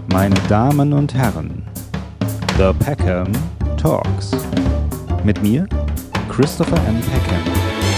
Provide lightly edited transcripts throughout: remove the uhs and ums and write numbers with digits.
Meine Damen und Herren, The Peckham Talks. Mit mir, Christopher M. Peckham.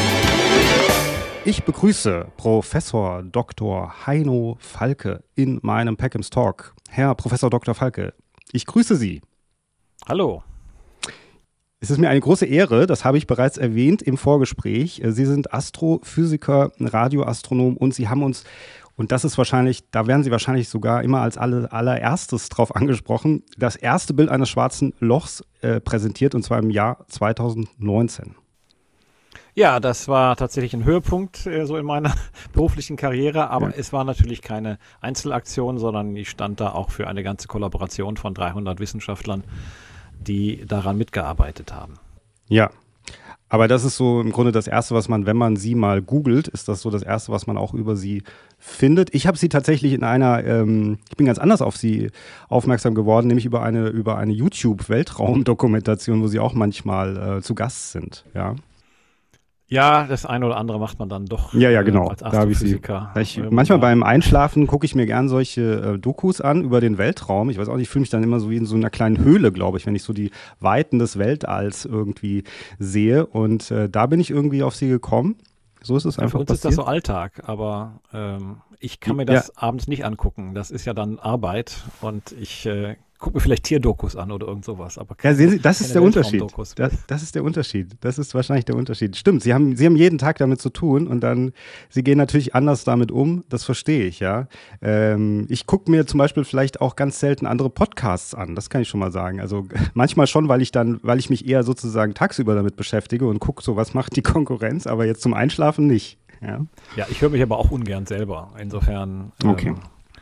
Ich begrüße Professor Dr. Heino Falke in meinem Peckhams Talk. Herr Professor Dr. Falke, ich grüße Sie. Hallo. Es ist mir eine große Ehre, das habe ich bereits erwähnt im Vorgespräch. Sie sind Astrophysiker, Radioastronom und Sie haben uns, und das ist wahrscheinlich, da werden Sie wahrscheinlich sogar immer als allererstes drauf angesprochen, das erste Bild eines schwarzen Lochs präsentiert, und zwar im Jahr 2019. Ja, das war tatsächlich ein Höhepunkt so in meiner beruflichen Karriere, aber es war natürlich keine Einzelaktion, sondern ich stand da auch für eine ganze Kollaboration von 300 Wissenschaftlern, die daran mitgearbeitet haben. Ja, aber das ist so im Grunde das Erste, was man, wenn man sie mal googelt, ist das so das Erste, was man auch über sie findet. Ich habe sie tatsächlich in einer, ich bin ganz anders auf sie aufmerksam geworden, nämlich über eine YouTube-Weltraumdokumentation, wo sie auch manchmal zu Gast sind, ja. Ja, das eine oder andere macht man dann doch ja, genau. als Astrophysiker. Manchmal beim Einschlafen gucke ich mir gern solche Dokus an über den Weltraum. Ich weiß auch nicht, ich fühle mich dann immer so wie in so einer kleinen Höhle, glaube ich, wenn ich so die Weiten des Weltalls irgendwie sehe. Und da bin ich irgendwie auf sie gekommen. So ist es einfach passiert. Für uns ist das so Alltag, aber ich kann mir das abends nicht angucken. Das ist ja dann Arbeit und ich guck mir vielleicht Tierdokus an oder irgend sowas. Aber ja, sehen Sie, das ist der Unterschied. Das ist der Unterschied. Das ist wahrscheinlich der Unterschied. Stimmt, Sie haben jeden Tag damit zu tun und dann, Sie gehen natürlich anders damit um. Das verstehe ich, ja. Ich gucke mir zum Beispiel vielleicht auch ganz selten andere Podcasts an. Das kann ich schon mal sagen. Also manchmal schon, weil ich mich eher sozusagen tagsüber damit beschäftige und gucke, so was macht die Konkurrenz, aber jetzt zum Einschlafen nicht. Ja, ich höre mich aber auch ungern selber. Insofern. Okay.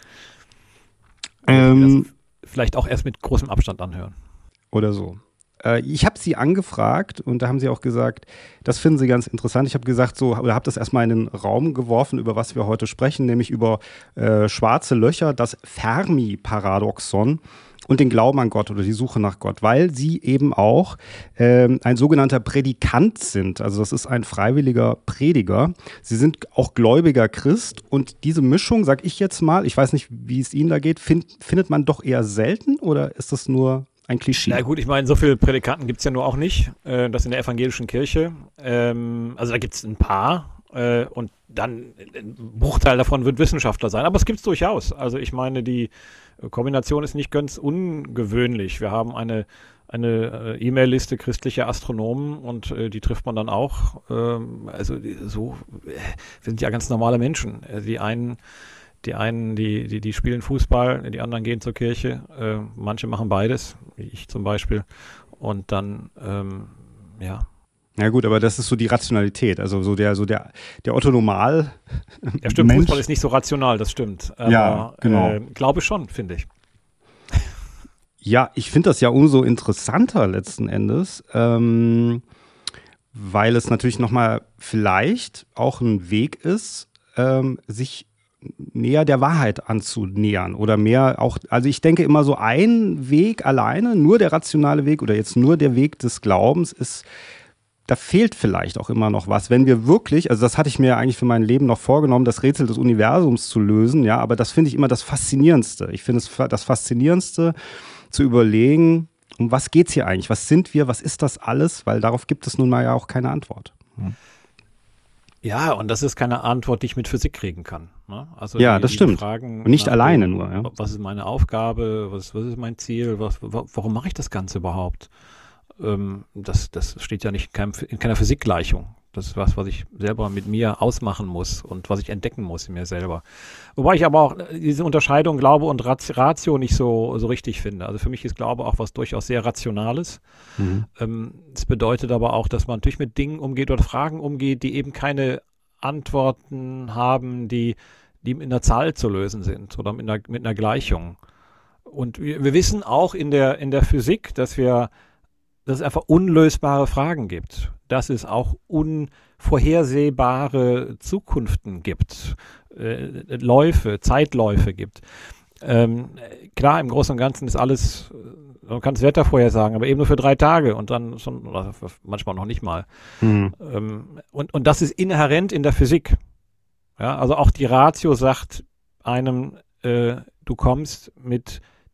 Vielleicht auch erst mit großem Abstand anhören. Oder so. Ich habe Sie angefragt und da haben Sie auch gesagt, das finden Sie ganz interessant. Ich habe gesagt, oder habe das erstmal in den Raum geworfen, über was wir heute sprechen, nämlich über schwarze Löcher, das Fermi-Paradoxon und den Glauben an Gott oder die Suche nach Gott, weil Sie eben auch ein sogenannter Prädikant sind. Also das ist ein freiwilliger Prediger. Sie sind auch gläubiger Christ und diese Mischung, sag ich jetzt mal, ich weiß nicht, wie es Ihnen da geht, findet man doch eher selten oder ist das nur ein Klischee? Na gut, ich meine, so viele Prädikanten gibt es ja nur auch nicht. Das in der evangelischen Kirche. Also da gibt es ein paar und dann ein Bruchteil davon wird Wissenschaftler sein. Aber es gibt es durchaus. Also ich meine, die Kombination ist nicht ganz ungewöhnlich. Wir haben eine E-Mail-Liste christlicher Astronomen und die trifft man dann auch. Wir sind ja ganz normale Menschen. Die einen, die spielen Fußball, die anderen gehen zur Kirche. Manche machen beides, wie ich zum Beispiel. Und dann, Ja gut, aber das ist so die Rationalität, also so der Otto Normal. Ja stimmt, Mensch. Fußball ist nicht so rational, das stimmt. Aber, ja, genau. Glaube schon, finde ich. Ja, ich finde das ja umso interessanter letzten Endes, weil es natürlich nochmal vielleicht auch ein Weg ist, sich näher der Wahrheit anzunähern oder mehr auch, also ich denke immer so ein Weg alleine, nur der rationale Weg oder jetzt nur der Weg des Glaubens ist, da fehlt vielleicht auch immer noch was, wenn wir wirklich, also das hatte ich mir eigentlich für mein Leben noch vorgenommen, das Rätsel des Universums zu lösen, ja, aber das finde ich immer das Faszinierendste. Ich finde es das Faszinierendste zu überlegen, um was geht's hier eigentlich, was sind wir, was ist das alles, weil darauf gibt es nun mal ja auch keine Antwort. Ja, und das ist keine Antwort, die ich mit Physik kriegen kann. Ne? Also ja, das stimmt. Fragen und nicht alleine nur. Ja. Was ist meine Aufgabe, was ist mein Ziel, warum mache ich das Ganze überhaupt? Das steht ja nicht in keiner Physikgleichung. Das ist was ich selber mit mir ausmachen muss und was ich entdecken muss in mir selber. Wobei ich aber auch diese Unterscheidung Glaube und Ratio nicht so richtig finde. Also für mich ist Glaube auch was durchaus sehr Rationales. Es bedeutet aber auch, dass man natürlich mit Dingen umgeht oder Fragen umgeht, die eben keine Antworten haben, die in einer Zahl zu lösen sind oder mit einer Gleichung. Und wir wissen auch in der Physik, dass es einfach unlösbare Fragen gibt, dass es auch unvorhersehbare Zukunften gibt, Zeitläufe gibt. Klar, im Großen und Ganzen ist alles, man kann das Wetter vorhersagen, aber eben nur für 3 Tage und dann schon, oder manchmal noch nicht mal. Und das ist inhärent in der Physik. Ja, also auch die Ratio sagt einem, du kommst mit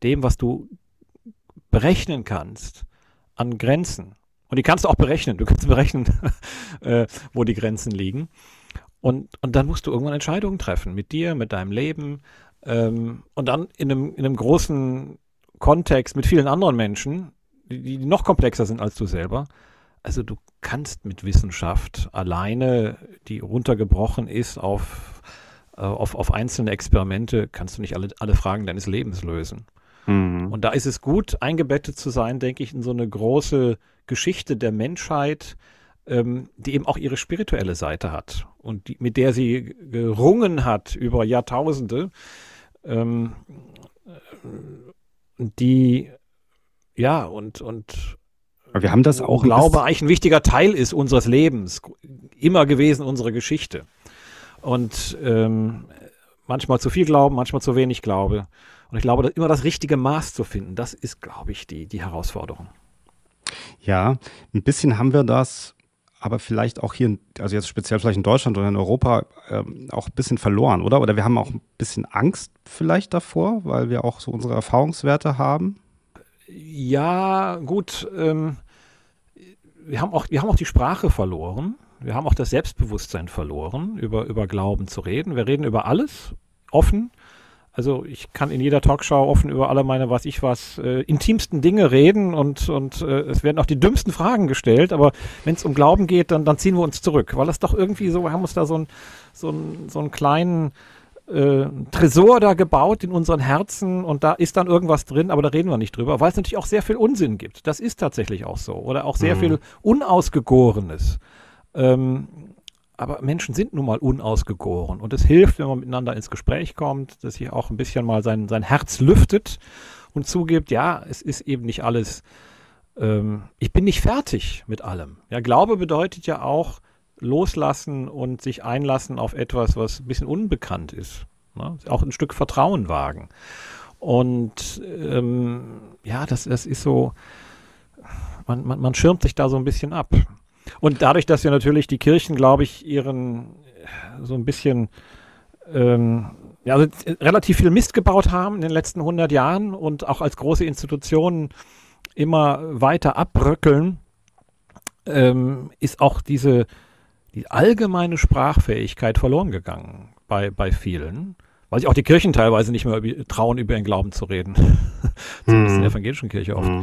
dem, was du berechnen kannst, an Grenzen. Und die kannst du auch berechnen. Du kannst berechnen, wo die Grenzen liegen. Und dann musst du irgendwann Entscheidungen treffen mit dir, mit deinem Leben. Und dann in einem großen Kontext mit vielen anderen Menschen, die noch komplexer sind als du selber. Also du kannst mit Wissenschaft alleine, die runtergebrochen ist auf einzelne Experimente, kannst du nicht alle Fragen deines Lebens lösen. Mhm. Und da ist es gut, eingebettet zu sein, denke ich, in so eine große Geschichte der Menschheit, die eben auch ihre spirituelle Seite hat und mit der sie gerungen hat über Jahrtausende, die, ja, und aber wir haben das auch Glaube eigentlich ein wichtiger Teil ist unseres Lebens, immer gewesen, unsere Geschichte. Und manchmal zu viel Glauben, manchmal zu wenig Glaube. Und ich glaube, immer das richtige Maß zu finden, das ist, glaube ich, die Herausforderung. Ja, ein bisschen haben wir das, aber vielleicht auch hier, also jetzt speziell vielleicht in Deutschland oder in Europa, auch ein bisschen verloren, oder? Oder wir haben auch ein bisschen Angst vielleicht davor, weil wir auch so unsere Erfahrungswerte haben. Ja, gut. Wir haben auch die Sprache verloren. Wir haben auch das Selbstbewusstsein verloren, über Glauben zu reden. Wir reden über alles offen. Also ich kann in jeder Talkshow offen über alle meine, intimsten Dinge reden und es werden auch die dümmsten Fragen gestellt. Aber wenn es um Glauben geht, dann ziehen wir uns zurück, weil das doch irgendwie so, wir haben uns da so einen kleinen Tresor da gebaut in unseren Herzen und da ist dann irgendwas drin, aber da reden wir nicht drüber, weil es natürlich auch sehr viel Unsinn gibt. Das ist tatsächlich auch so. Oder auch sehr viel Unausgegorenes. Aber Menschen sind nun mal unausgegoren und es hilft, wenn man miteinander ins Gespräch kommt, dass sich auch ein bisschen mal sein Herz lüftet und zugibt, ja, es ist eben nicht alles, ich bin nicht fertig mit allem. Ja, Glaube bedeutet ja auch loslassen und sich einlassen auf etwas, was ein bisschen unbekannt ist. Ne? Auch ein Stück Vertrauen wagen. Und ja, das ist so, man schirmt sich da so ein bisschen ab. Und dadurch, dass ja natürlich die Kirchen, glaube ich, ihren so ein bisschen relativ viel Mist gebaut haben in den letzten 100 Jahren und auch als große Institutionen immer weiter abbröckeln, ist auch die allgemeine Sprachfähigkeit verloren gegangen bei vielen, weil sich auch die Kirchen teilweise nicht mehr trauen, über ihren Glauben zu reden. Zumindest in der evangelischen Kirche oft.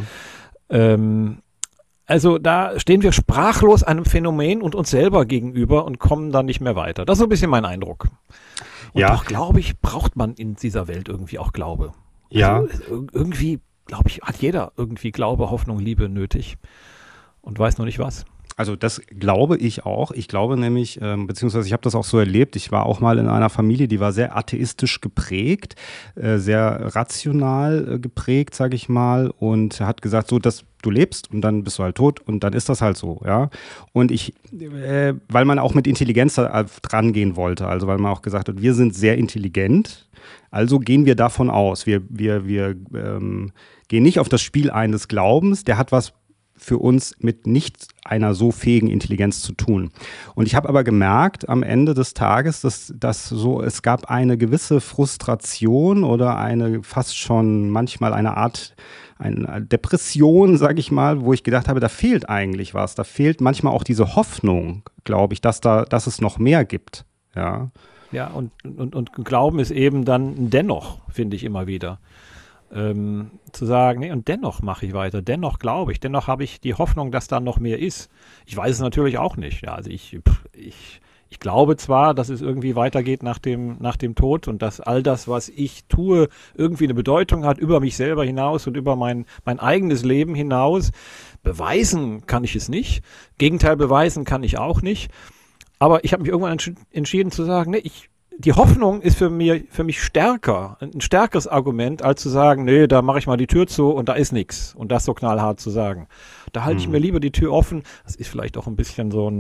Also da stehen wir sprachlos einem Phänomen und uns selber gegenüber und kommen dann nicht mehr weiter. Das ist so ein bisschen mein Eindruck. Und doch, glaube ich, braucht man in dieser Welt irgendwie auch Glaube. Ja. Also, irgendwie, glaube ich, hat jeder irgendwie Glaube, Hoffnung, Liebe nötig und weiß noch nicht was. Also das glaube ich auch. Ich glaube nämlich, beziehungsweise ich habe das auch so erlebt, ich war auch mal in einer Familie, die war sehr atheistisch geprägt, sehr rational geprägt, sage ich mal, und hat gesagt, so, dass du lebst und dann bist du halt tot und dann ist das halt so, ja. Und weil man auch mit Intelligenz dran gehen wollte, also weil man auch gesagt hat, wir sind sehr intelligent, also gehen wir davon aus, wir gehen nicht auf das Spiel ein des Glaubens, der hat was für uns mit nicht einer so fähigen Intelligenz zu tun. Und ich habe aber gemerkt am Ende des Tages, es gab eine gewisse Frustration oder fast schon manchmal eine Depression, sage ich mal, wo ich gedacht habe, da fehlt eigentlich was. Da fehlt manchmal auch diese Hoffnung, glaube ich, dass es noch mehr gibt. Ja, ja, und Glauben ist eben dann dennoch, finde ich immer wieder. Zu sagen, nee, und dennoch mache ich weiter, dennoch glaube ich, dennoch habe ich die Hoffnung, dass da noch mehr ist. Ich weiß es natürlich auch nicht. Ja, also ich glaube zwar, dass es irgendwie weitergeht nach dem Tod und dass all das, was ich tue, irgendwie eine Bedeutung hat über mich selber hinaus und über mein eigenes Leben hinaus. Beweisen kann ich es nicht. Gegenteil beweisen kann ich auch nicht. Aber ich habe mich irgendwann entschieden zu sagen, nee, die Hoffnung ist für mich stärker, ein stärkeres Argument, als zu sagen, nee, da mache ich mal die Tür zu und da ist nichts. Und das so knallhart zu sagen. Da halte ich mir lieber die Tür offen. Das ist vielleicht auch ein bisschen so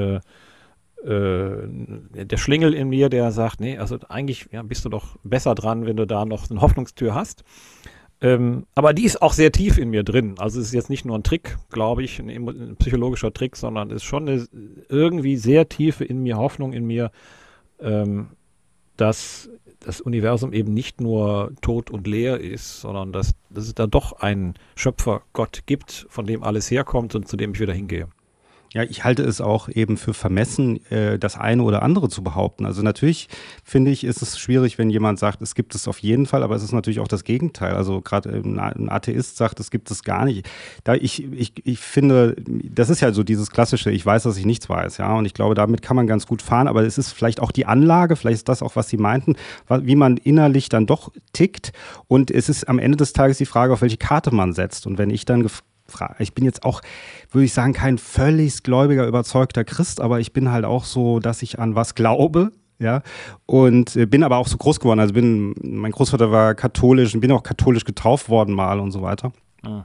der Schlingel in mir, der sagt, nee, also eigentlich bist du doch besser dran, wenn du da noch eine Hoffnungstür hast. Aber die ist auch sehr tief in mir drin. Also es ist jetzt nicht nur ein Trick, glaube ich, ein psychologischer Trick, sondern es ist schon eine irgendwie sehr tiefe in mir Hoffnung in mir, dass das Universum eben nicht nur tot und leer ist, sondern dass es da doch einen Schöpfer Gott gibt, von dem alles herkommt und zu dem ich wieder hingehe. Ja, ich halte es auch eben für vermessen, das eine oder andere zu behaupten. Also natürlich finde ich, ist es schwierig, wenn jemand sagt, es gibt es auf jeden Fall, aber es ist natürlich auch das Gegenteil. Also gerade ein Atheist sagt, es gibt es gar nicht. Ich finde, das ist ja so dieses klassische, ich weiß, dass ich nichts weiß, ja. Und ich glaube, damit kann man ganz gut fahren, aber es ist vielleicht auch die Anlage, vielleicht ist das auch, was Sie meinten, wie man innerlich dann doch tickt. Und es ist am Ende des Tages die Frage, auf welche Karte man setzt. Und wenn ich dann ich bin jetzt auch, würde ich sagen, kein völlig gläubiger, überzeugter Christ, aber ich bin halt auch so, dass ich an was glaube, ja, und bin aber auch so groß geworden. Also mein Großvater war katholisch und bin auch katholisch getauft worden mal und so weiter. Ah.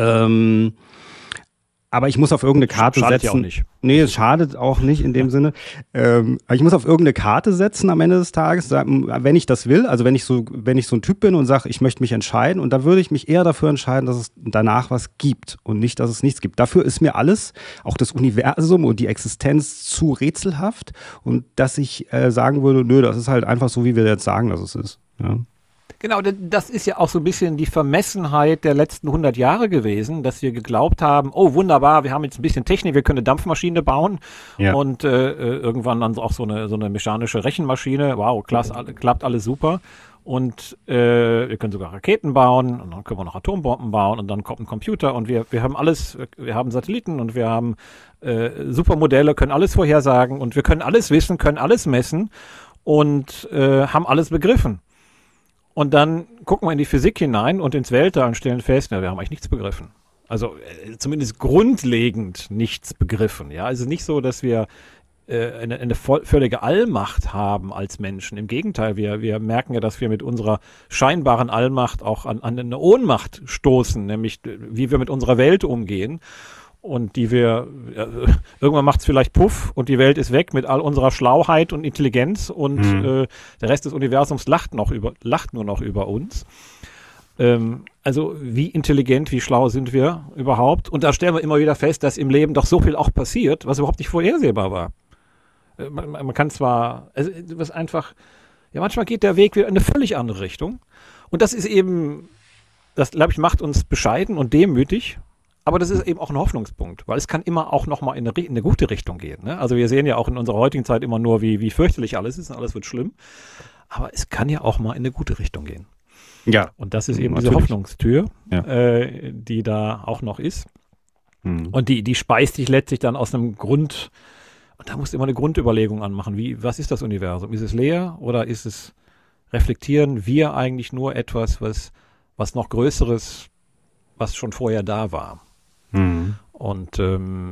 Aber ich muss auf irgendeine Karte schadet setzen. Ja auch nicht. Nee, es schadet auch nicht in dem Sinne. Aber ich muss auf irgendeine Karte setzen am Ende des Tages, wenn ich das will. Also wenn ich so ein Typ bin und sage, ich möchte mich entscheiden. Und da würde ich mich eher dafür entscheiden, dass es danach was gibt und nicht, dass es nichts gibt. Dafür ist mir alles, auch das Universum und die Existenz, zu rätselhaft. Und dass ich sagen würde, nö, das ist halt einfach so, wie wir jetzt sagen, dass es ist. Ja. Genau, das ist ja auch so ein bisschen die Vermessenheit der letzten 100 Jahre gewesen, dass wir geglaubt haben, oh wunderbar, wir haben jetzt ein bisschen Technik, wir können eine Dampfmaschine bauen und irgendwann dann auch so eine mechanische Rechenmaschine, wow, klappt alles super und wir können sogar Raketen bauen und dann können wir noch Atombomben bauen und dann kommt ein Computer und wir haben alles, wir haben Satelliten und wir haben Supermodelle, können alles vorhersagen und wir können alles wissen, können alles messen und haben alles begriffen. Und dann gucken wir in die Physik hinein und ins Weltall und stellen fest, wir haben eigentlich nichts begriffen. Also zumindest grundlegend nichts begriffen. Ja, also nicht so, dass wir eine völlige Allmacht haben als Menschen. Im Gegenteil, wir merken ja, dass wir mit unserer scheinbaren Allmacht auch an eine Ohnmacht stoßen, nämlich wie wir mit unserer Welt umgehen. Und irgendwann macht es vielleicht Puff und die Welt ist weg mit all unserer Schlauheit und Intelligenz und der Rest des Universums lacht nur noch über uns. Also wie intelligent, wie schlau sind wir überhaupt? Und da stellen wir immer wieder fest, dass im Leben doch so viel auch passiert, was überhaupt nicht vorhersehbar war. Man kann zwar, also was einfach, ja manchmal geht der Weg wieder in eine völlig andere Richtung. Und das ist eben, das glaube ich macht uns bescheiden und demütig. Aber das ist eben auch ein Hoffnungspunkt, weil es kann immer auch nochmal in eine gute Richtung gehen. Ne? Also wir sehen ja auch in unserer heutigen Zeit immer nur, wie fürchterlich alles ist und alles wird schlimm. Aber es kann ja auch mal in eine gute Richtung gehen. Ja. Und das ist eben diese Hoffnungstür, die da auch noch ist. Und die speist sich letztlich dann aus einem Grund, und da musst du immer eine Grundüberlegung anmachen. Was ist das Universum? Ist es leer oder reflektieren wir eigentlich nur etwas, was noch Größeres, was schon vorher da war? Und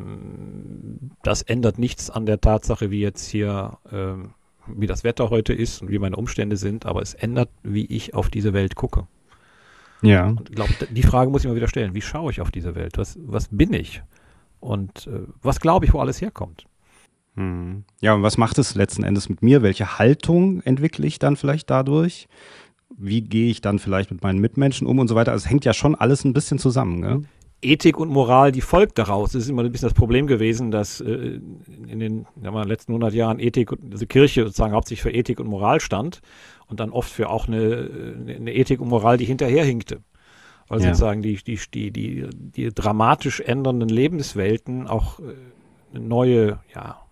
das ändert nichts an der Tatsache, wie jetzt hier, wie das Wetter heute ist und wie meine Umstände sind, aber es ändert, wie ich auf diese Welt gucke. Ja. Und ich glaube, die Frage muss ich mir wieder stellen. Wie schaue ich auf diese Welt? Was bin ich? Und was glaube ich, wo alles herkommt? Ja, und was macht es letzten Endes mit mir? Welche Haltung entwickle ich dann vielleicht dadurch? Wie gehe ich dann vielleicht mit meinen Mitmenschen um und so weiter? Also es hängt ja schon alles ein bisschen zusammen, gell? Ethik und Moral, die folgt daraus. Das ist immer ein bisschen das Problem gewesen, dass in den letzten 100 Jahren also Kirche sozusagen hauptsächlich für Ethik und Moral stand und dann oft für auch eine Ethik und Moral, die hinterherhinkte. Weil sozusagen die dramatisch ändernden Lebenswelten auch eine neue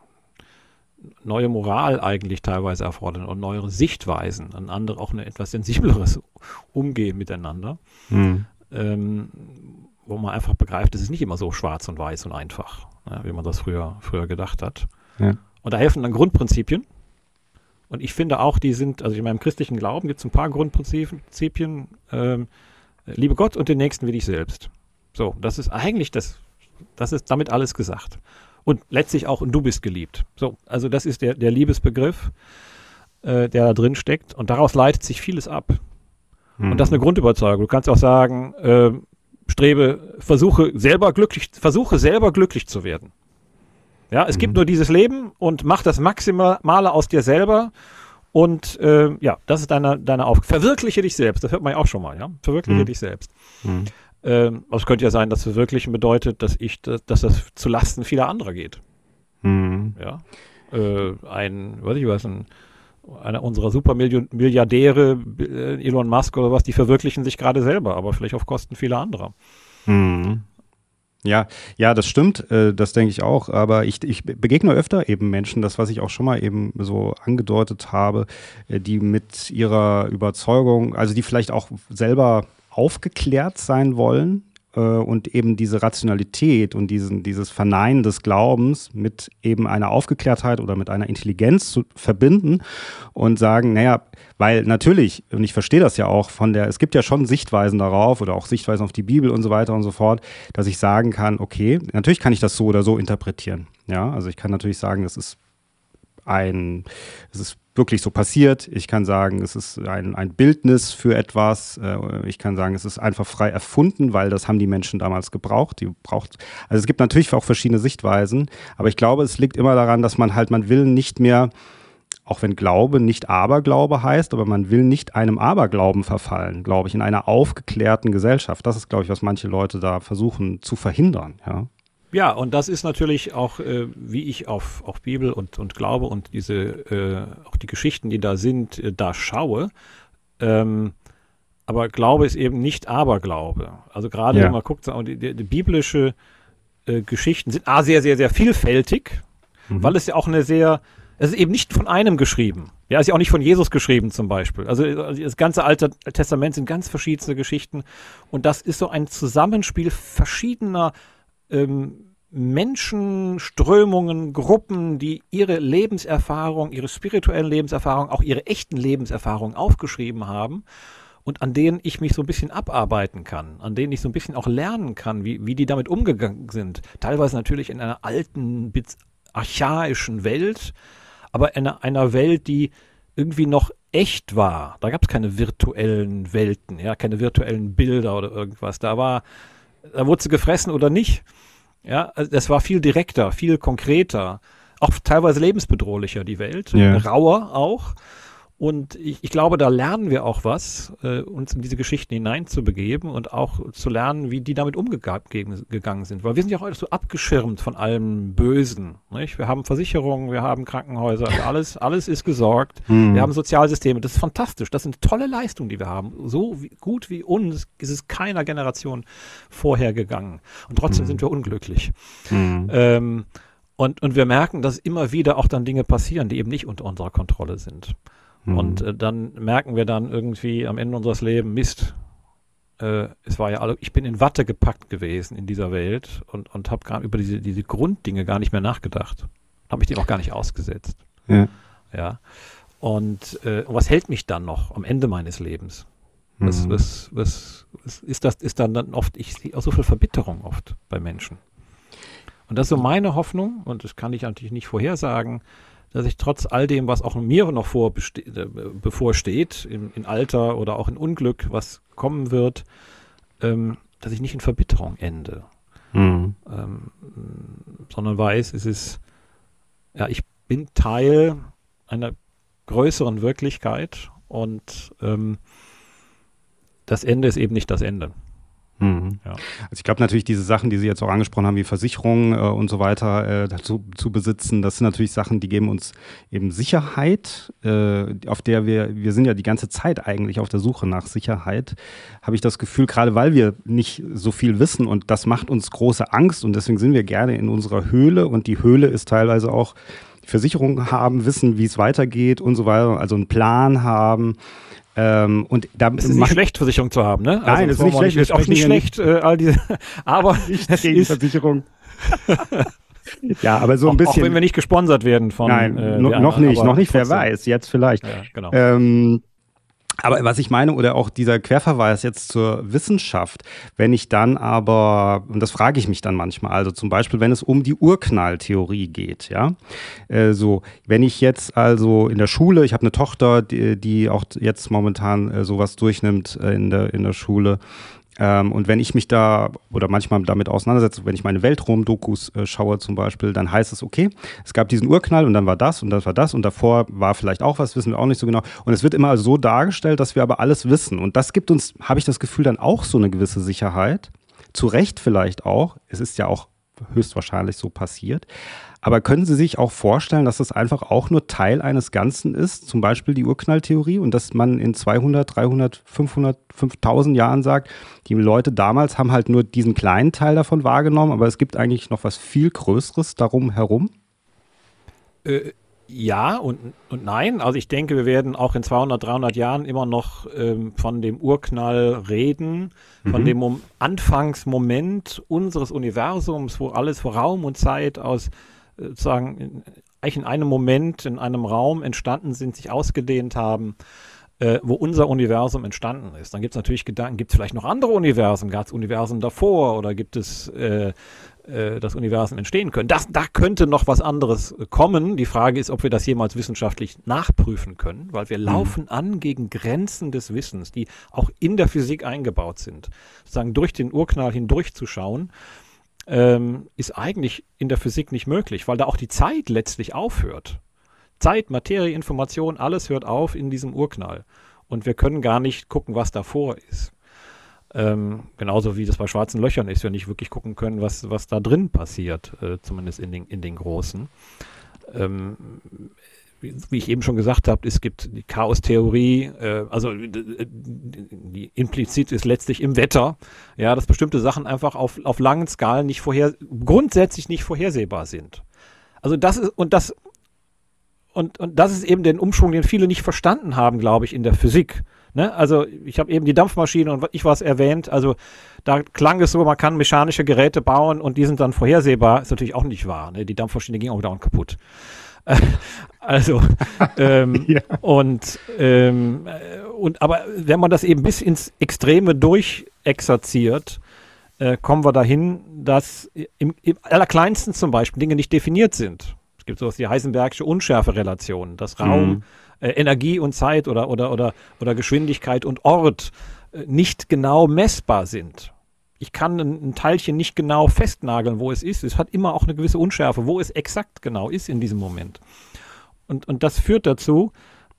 Moral eigentlich teilweise erfordern und neuere Sichtweisen, auch ein etwas sensibleres Umgehen miteinander. Wo man einfach begreift, es ist nicht immer so schwarz und weiß und einfach, wie man das früher gedacht hat. Ja. Und da helfen dann Grundprinzipien. Und ich finde auch, also in meinem christlichen Glauben gibt es ein paar Grundprinzipien. Liebe Gott und den Nächsten wie dich selbst. So, das ist eigentlich das ist damit alles gesagt. Und letztlich auch, und du bist geliebt. So, also das ist der Liebesbegriff, der da drin steckt. Und daraus leitet sich vieles ab. Und das ist eine Grundüberzeugung. Du kannst auch sagen, versuche selber glücklich zu werden. Ja, es gibt nur dieses Leben und mach das Maximale aus dir selber und das ist deine Aufgabe. Verwirkliche dich selbst, das hört man ja auch schon mal, ja? Verwirkliche dich selbst. Aber es könnte ja sein, dass Verwirklichen bedeutet, dass das zu Lasten vieler anderer geht. Ja? einer unserer Supermilliardäre, Elon Musk oder was, die verwirklichen sich gerade selber, aber vielleicht auf Kosten vieler anderer. Mhm. Ja, ja, das stimmt, das denke ich auch, aber ich begegne öfter eben Menschen, das, was ich auch schon mal eben so angedeutet habe, die mit ihrer Überzeugung, also die vielleicht auch selber aufgeklärt sein wollen, und eben diese Rationalität und dieses Verneinen des Glaubens mit eben einer Aufgeklärtheit oder mit einer Intelligenz zu verbinden und sagen, naja, weil natürlich, und ich verstehe das ja auch es gibt ja schon Sichtweisen darauf oder auch Sichtweisen auf die Bibel und so weiter und so fort, dass ich sagen kann, okay, natürlich kann ich das so oder so interpretieren. Ja, also ich kann natürlich sagen, es ist wirklich so passiert. Ich kann sagen, es ist ein Bildnis für etwas. Ich kann sagen, es ist einfach frei erfunden, weil das haben die Menschen damals gebraucht. Also es gibt natürlich auch verschiedene Sichtweisen, aber ich glaube, es liegt immer daran, dass man will nicht mehr, auch wenn Glaube nicht Aberglaube heißt, aber man will nicht einem Aberglauben verfallen, glaube ich, in einer aufgeklärten Gesellschaft. Das ist, glaube ich, was manche Leute da versuchen zu verhindern, ja. Ja, und das ist natürlich auch, wie ich auf Bibel und Glaube und auch die Geschichten, die da sind, da schaue. Aber Glaube ist eben nicht Aberglaube. Also gerade wenn man guckt, die biblische Geschichten sind sehr, sehr, sehr vielfältig, weil es ja auch es ist eben nicht von einem geschrieben. Ja, ist ja auch nicht von Jesus geschrieben zum Beispiel. Also das ganze Alte Testament sind ganz verschiedene Geschichten und das ist so ein Zusammenspiel verschiedener Menschen, Strömungen, Gruppen, die ihre Lebenserfahrung, ihre spirituellen Lebenserfahrungen, auch ihre echten Lebenserfahrungen aufgeschrieben haben und an denen ich mich so ein bisschen abarbeiten kann, an denen ich so ein bisschen auch lernen kann, wie die damit umgegangen sind. Teilweise natürlich in einer alten, archaischen Welt, aber in einer Welt, die irgendwie noch echt war. Da gab es keine virtuellen Welten, ja, keine virtuellen Bilder oder irgendwas. Da wurde sie gefressen oder nicht. Ja, also das war viel direkter, viel konkreter, auch teilweise lebensbedrohlicher, die Welt, rauer auch. Und ich glaube, da lernen wir auch was, uns in diese Geschichten hineinzubegeben und auch zu lernen, wie die damit umgegangen sind. Weil wir sind ja auch alles so abgeschirmt von allem Bösen. Nicht? Wir haben Versicherungen, wir haben Krankenhäuser, alles ist gesorgt. Wir haben Sozialsysteme. Das ist fantastisch. Das sind tolle Leistungen, die wir haben. So gut wie uns ist es keiner Generation vorher gegangen. Und trotzdem sind wir unglücklich. Und wir merken, dass immer wieder auch dann Dinge passieren, die eben nicht unter unserer Kontrolle sind. Und dann merken wir dann irgendwie am Ende unseres Lebens, Mist, ich bin in Watte gepackt gewesen in dieser Welt und habe gerade über diese Grunddinge gar nicht mehr nachgedacht. Habe mich dem auch gar nicht ausgesetzt. Ja. Und was hält mich dann noch am Ende meines Lebens? Was ist dann oft, ich sehe auch so viel Verbitterung oft bei Menschen. Und das ist so meine Hoffnung, und das kann ich natürlich nicht vorhersagen, dass ich trotz all dem, was auch mir noch bevorsteht, in Alter oder auch in Unglück, was kommen wird, dass ich nicht in Verbitterung ende. Sondern weiß, ich bin Teil einer größeren Wirklichkeit und das Ende ist eben nicht das Ende. Ja. Also ich glaube natürlich, diese Sachen, die Sie jetzt auch angesprochen haben, wie Versicherungen und so weiter dazu zu besitzen, das sind natürlich Sachen, die geben uns eben Sicherheit, auf der wir sind ja die ganze Zeit eigentlich auf der Suche nach Sicherheit, habe ich das Gefühl, gerade weil wir nicht so viel wissen und das macht uns große Angst und deswegen sind wir gerne in unserer Höhle und die Höhle ist teilweise auch Versicherungen haben, wissen, wie es weitergeht und so weiter, also einen Plan haben. Und da es ist nicht schlecht, Versicherung zu haben, ne? Nein, es ist nicht schlecht. Ist auch nicht schlecht, all diese, aber es ist Versicherung. Ja, aber so ein bisschen. Auch wenn wir nicht gesponsert werden von. Nein, noch nicht, wer weiß, jetzt vielleicht. Ja, genau. Aber was ich meine, oder auch dieser Querverweis jetzt zur Wissenschaft, wenn ich dann aber, und das frage ich mich dann manchmal, also zum Beispiel, wenn es um die Urknalltheorie geht, ja, wenn ich jetzt also in der Schule, ich habe eine Tochter, die auch jetzt momentan sowas durchnimmt in der Schule, und wenn ich mich da oder manchmal damit auseinandersetze, wenn ich meine Weltraum-Dokus schaue zum Beispiel, dann heißt es, okay, es gab diesen Urknall und dann war das und das war das und davor war vielleicht auch was, wissen wir auch nicht so genau. Und es wird immer so dargestellt, dass wir aber alles wissen. Und das gibt uns, habe ich das Gefühl, dann auch so eine gewisse Sicherheit. Zu Recht vielleicht auch. Es ist ja auch höchstwahrscheinlich so passiert. Aber können Sie sich auch vorstellen, dass das einfach auch nur Teil eines Ganzen ist, zum Beispiel die Urknalltheorie, und dass man in 200, 300, 500, 5000 Jahren sagt, die Leute damals haben halt nur diesen kleinen Teil davon wahrgenommen, aber es gibt eigentlich noch was viel Größeres darum herum? Ja und nein. Also ich denke, wir werden auch in 200, 300 Jahren immer noch von dem Urknall reden, von dem Anfangsmoment unseres Universums, wo alles vor Raum und Zeit aus sozusagen eigentlich in einem Moment, in einem Raum entstanden sind, sich ausgedehnt haben, wo unser Universum entstanden ist. Dann gibt es natürlich Gedanken, gibt es vielleicht noch andere Universen? Gab es Universen davor oder gibt es das Universum entstehen können? Da könnte noch was anderes kommen. Die Frage ist, ob wir das jemals wissenschaftlich nachprüfen können, weil wir laufen an gegen Grenzen des Wissens, die auch in der Physik eingebaut sind. Sozusagen durch den Urknall hindurchzuschauen, ist eigentlich in der Physik nicht möglich, weil da auch die Zeit letztlich aufhört. Zeit, Materie, Information, alles hört auf in diesem Urknall. Und wir können gar nicht gucken, was davor ist. Genauso wie das bei schwarzen Löchern ist, wir nicht wirklich gucken können, was da drin passiert, zumindest in den großen. Wie ich eben schon gesagt habe, es gibt die Chaostheorie, also die implizit ist letztlich im Wetter, ja, dass bestimmte Sachen einfach auf langen Skalen grundsätzlich nicht vorhersehbar sind. Also das ist, und das ist eben der Umschwung, den viele nicht verstanden haben, glaube ich, in der Physik. Ne? Also ich habe eben die Dampfmaschine und ich was erwähnt, also da klang es so, man kann mechanische Geräte bauen und die sind dann vorhersehbar, ist natürlich auch nicht wahr. Ne? Die Dampfmaschine ging auch dauernd kaputt. Also, ja. Aber wenn man das eben bis ins Extreme durchexerziert, kommen wir dahin, dass im allerkleinsten zum Beispiel Dinge nicht definiert sind. Es gibt sowas wie Heisenbergsche Unschärferelation, dass Raum, Energie und Zeit oder Geschwindigkeit und Ort nicht genau messbar sind. Ich kann ein Teilchen nicht genau festnageln, wo es ist. Es hat immer auch eine gewisse Unschärfe, wo es exakt genau ist in diesem Moment. Und das führt dazu,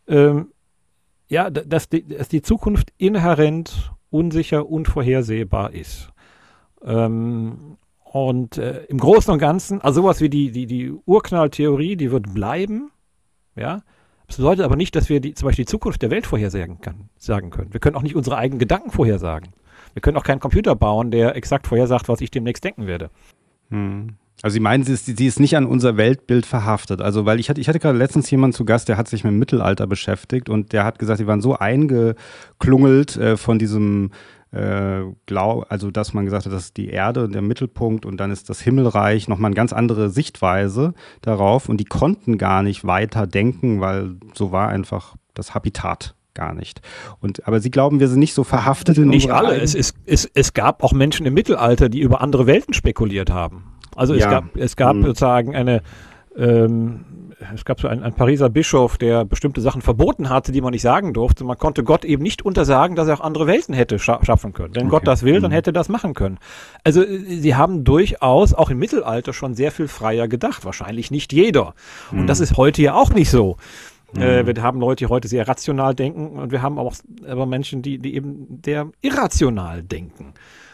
dass die Zukunft inhärent unsicher, unvorhersehbar ist. Im Großen und Ganzen, also sowas wie die Urknalltheorie, die wird bleiben, ja. Das bedeutet aber nicht, dass wir zum Beispiel die Zukunft der Welt vorhersagen können. Wir können auch nicht unsere eigenen Gedanken vorhersagen. Wir können auch keinen Computer bauen, der exakt vorhersagt, was ich demnächst denken werde. Also Sie meinen, sie ist nicht an unser Weltbild verhaftet. Also weil ich hatte gerade letztens jemanden zu Gast, der hat sich mit dem Mittelalter beschäftigt und der hat gesagt, die waren so eingeklungelt von diesem also dass man gesagt hat, das ist die Erde der Mittelpunkt und dann ist das Himmelreich nochmal eine ganz andere Sichtweise darauf und die konnten gar nicht weiter denken, weil so war einfach das Habitat gar nicht. Aber Sie glauben, wir sind nicht so verhaftet in nicht alle. Es gab auch Menschen im Mittelalter, die über andere Welten spekuliert haben. Also es gab sozusagen es gab so einen Pariser Bischof, der bestimmte Sachen verboten hatte, die man nicht sagen durfte. Man konnte Gott eben nicht untersagen, dass er auch andere Welten hätte schaffen können. Wenn Gott das will, dann hätte er das machen können. Also sie haben durchaus auch im Mittelalter schon sehr viel freier gedacht. Wahrscheinlich nicht jeder. Und das ist heute ja auch nicht so. Wir haben Leute, die heute sehr rational denken und wir haben auch aber Menschen, die eben sehr irrational denken.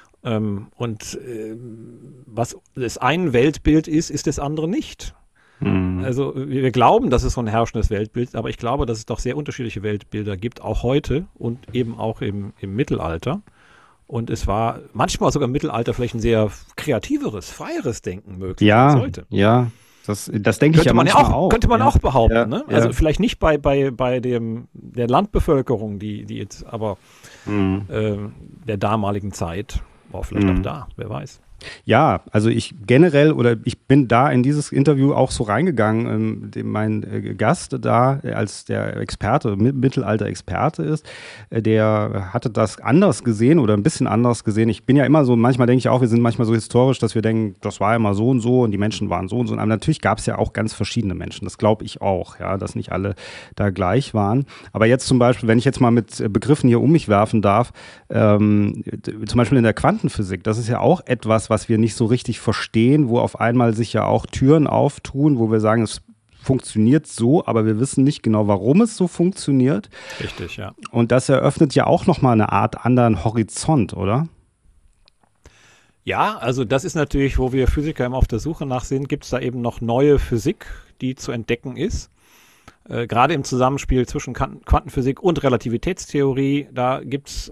Was das eine Weltbild ist das andere nicht. Also wir glauben, dass es so ein herrschendes Weltbild ist, aber ich glaube, dass es doch sehr unterschiedliche Weltbilder gibt, auch heute und eben auch im Mittelalter. Und es war manchmal sogar im Mittelalter vielleicht ein sehr kreativeres, freieres Denken möglich als heute. Ja, das denke ich ja manchmal auch. Könnte man auch behaupten. Ja, ne? Also vielleicht nicht bei der Landbevölkerung, die jetzt aber der damaligen Zeit war vielleicht auch da, wer weiß. Ja, also ich bin da in dieses Interview auch so reingegangen, mein Gast da, als der Experte, Mittelalter-Experte ist, der hatte das anders gesehen oder ein bisschen anders gesehen. Ich bin ja immer so, manchmal denke ich auch, wir sind manchmal so historisch, dass wir denken, das war immer so und die Menschen waren so und so. Aber natürlich gab es ja auch ganz verschiedene Menschen, das glaube ich auch, ja, dass nicht alle da gleich waren. Aber jetzt zum Beispiel, wenn ich jetzt mal mit Begriffen hier um mich werfen darf, zum Beispiel in der Quantenphysik, das ist ja auch etwas, was wir nicht so richtig verstehen, wo auf einmal sich ja auch Türen auftun, wo wir sagen, es funktioniert so, aber wir wissen nicht genau, warum es so funktioniert. Richtig, ja. Und das eröffnet ja auch nochmal eine Art anderen Horizont, oder? Ja, also das ist natürlich, wo wir Physiker immer auf der Suche nach sind, gibt es da eben noch neue Physik, die zu entdecken ist. Gerade im Zusammenspiel zwischen Quantenphysik und Relativitätstheorie, da gibt es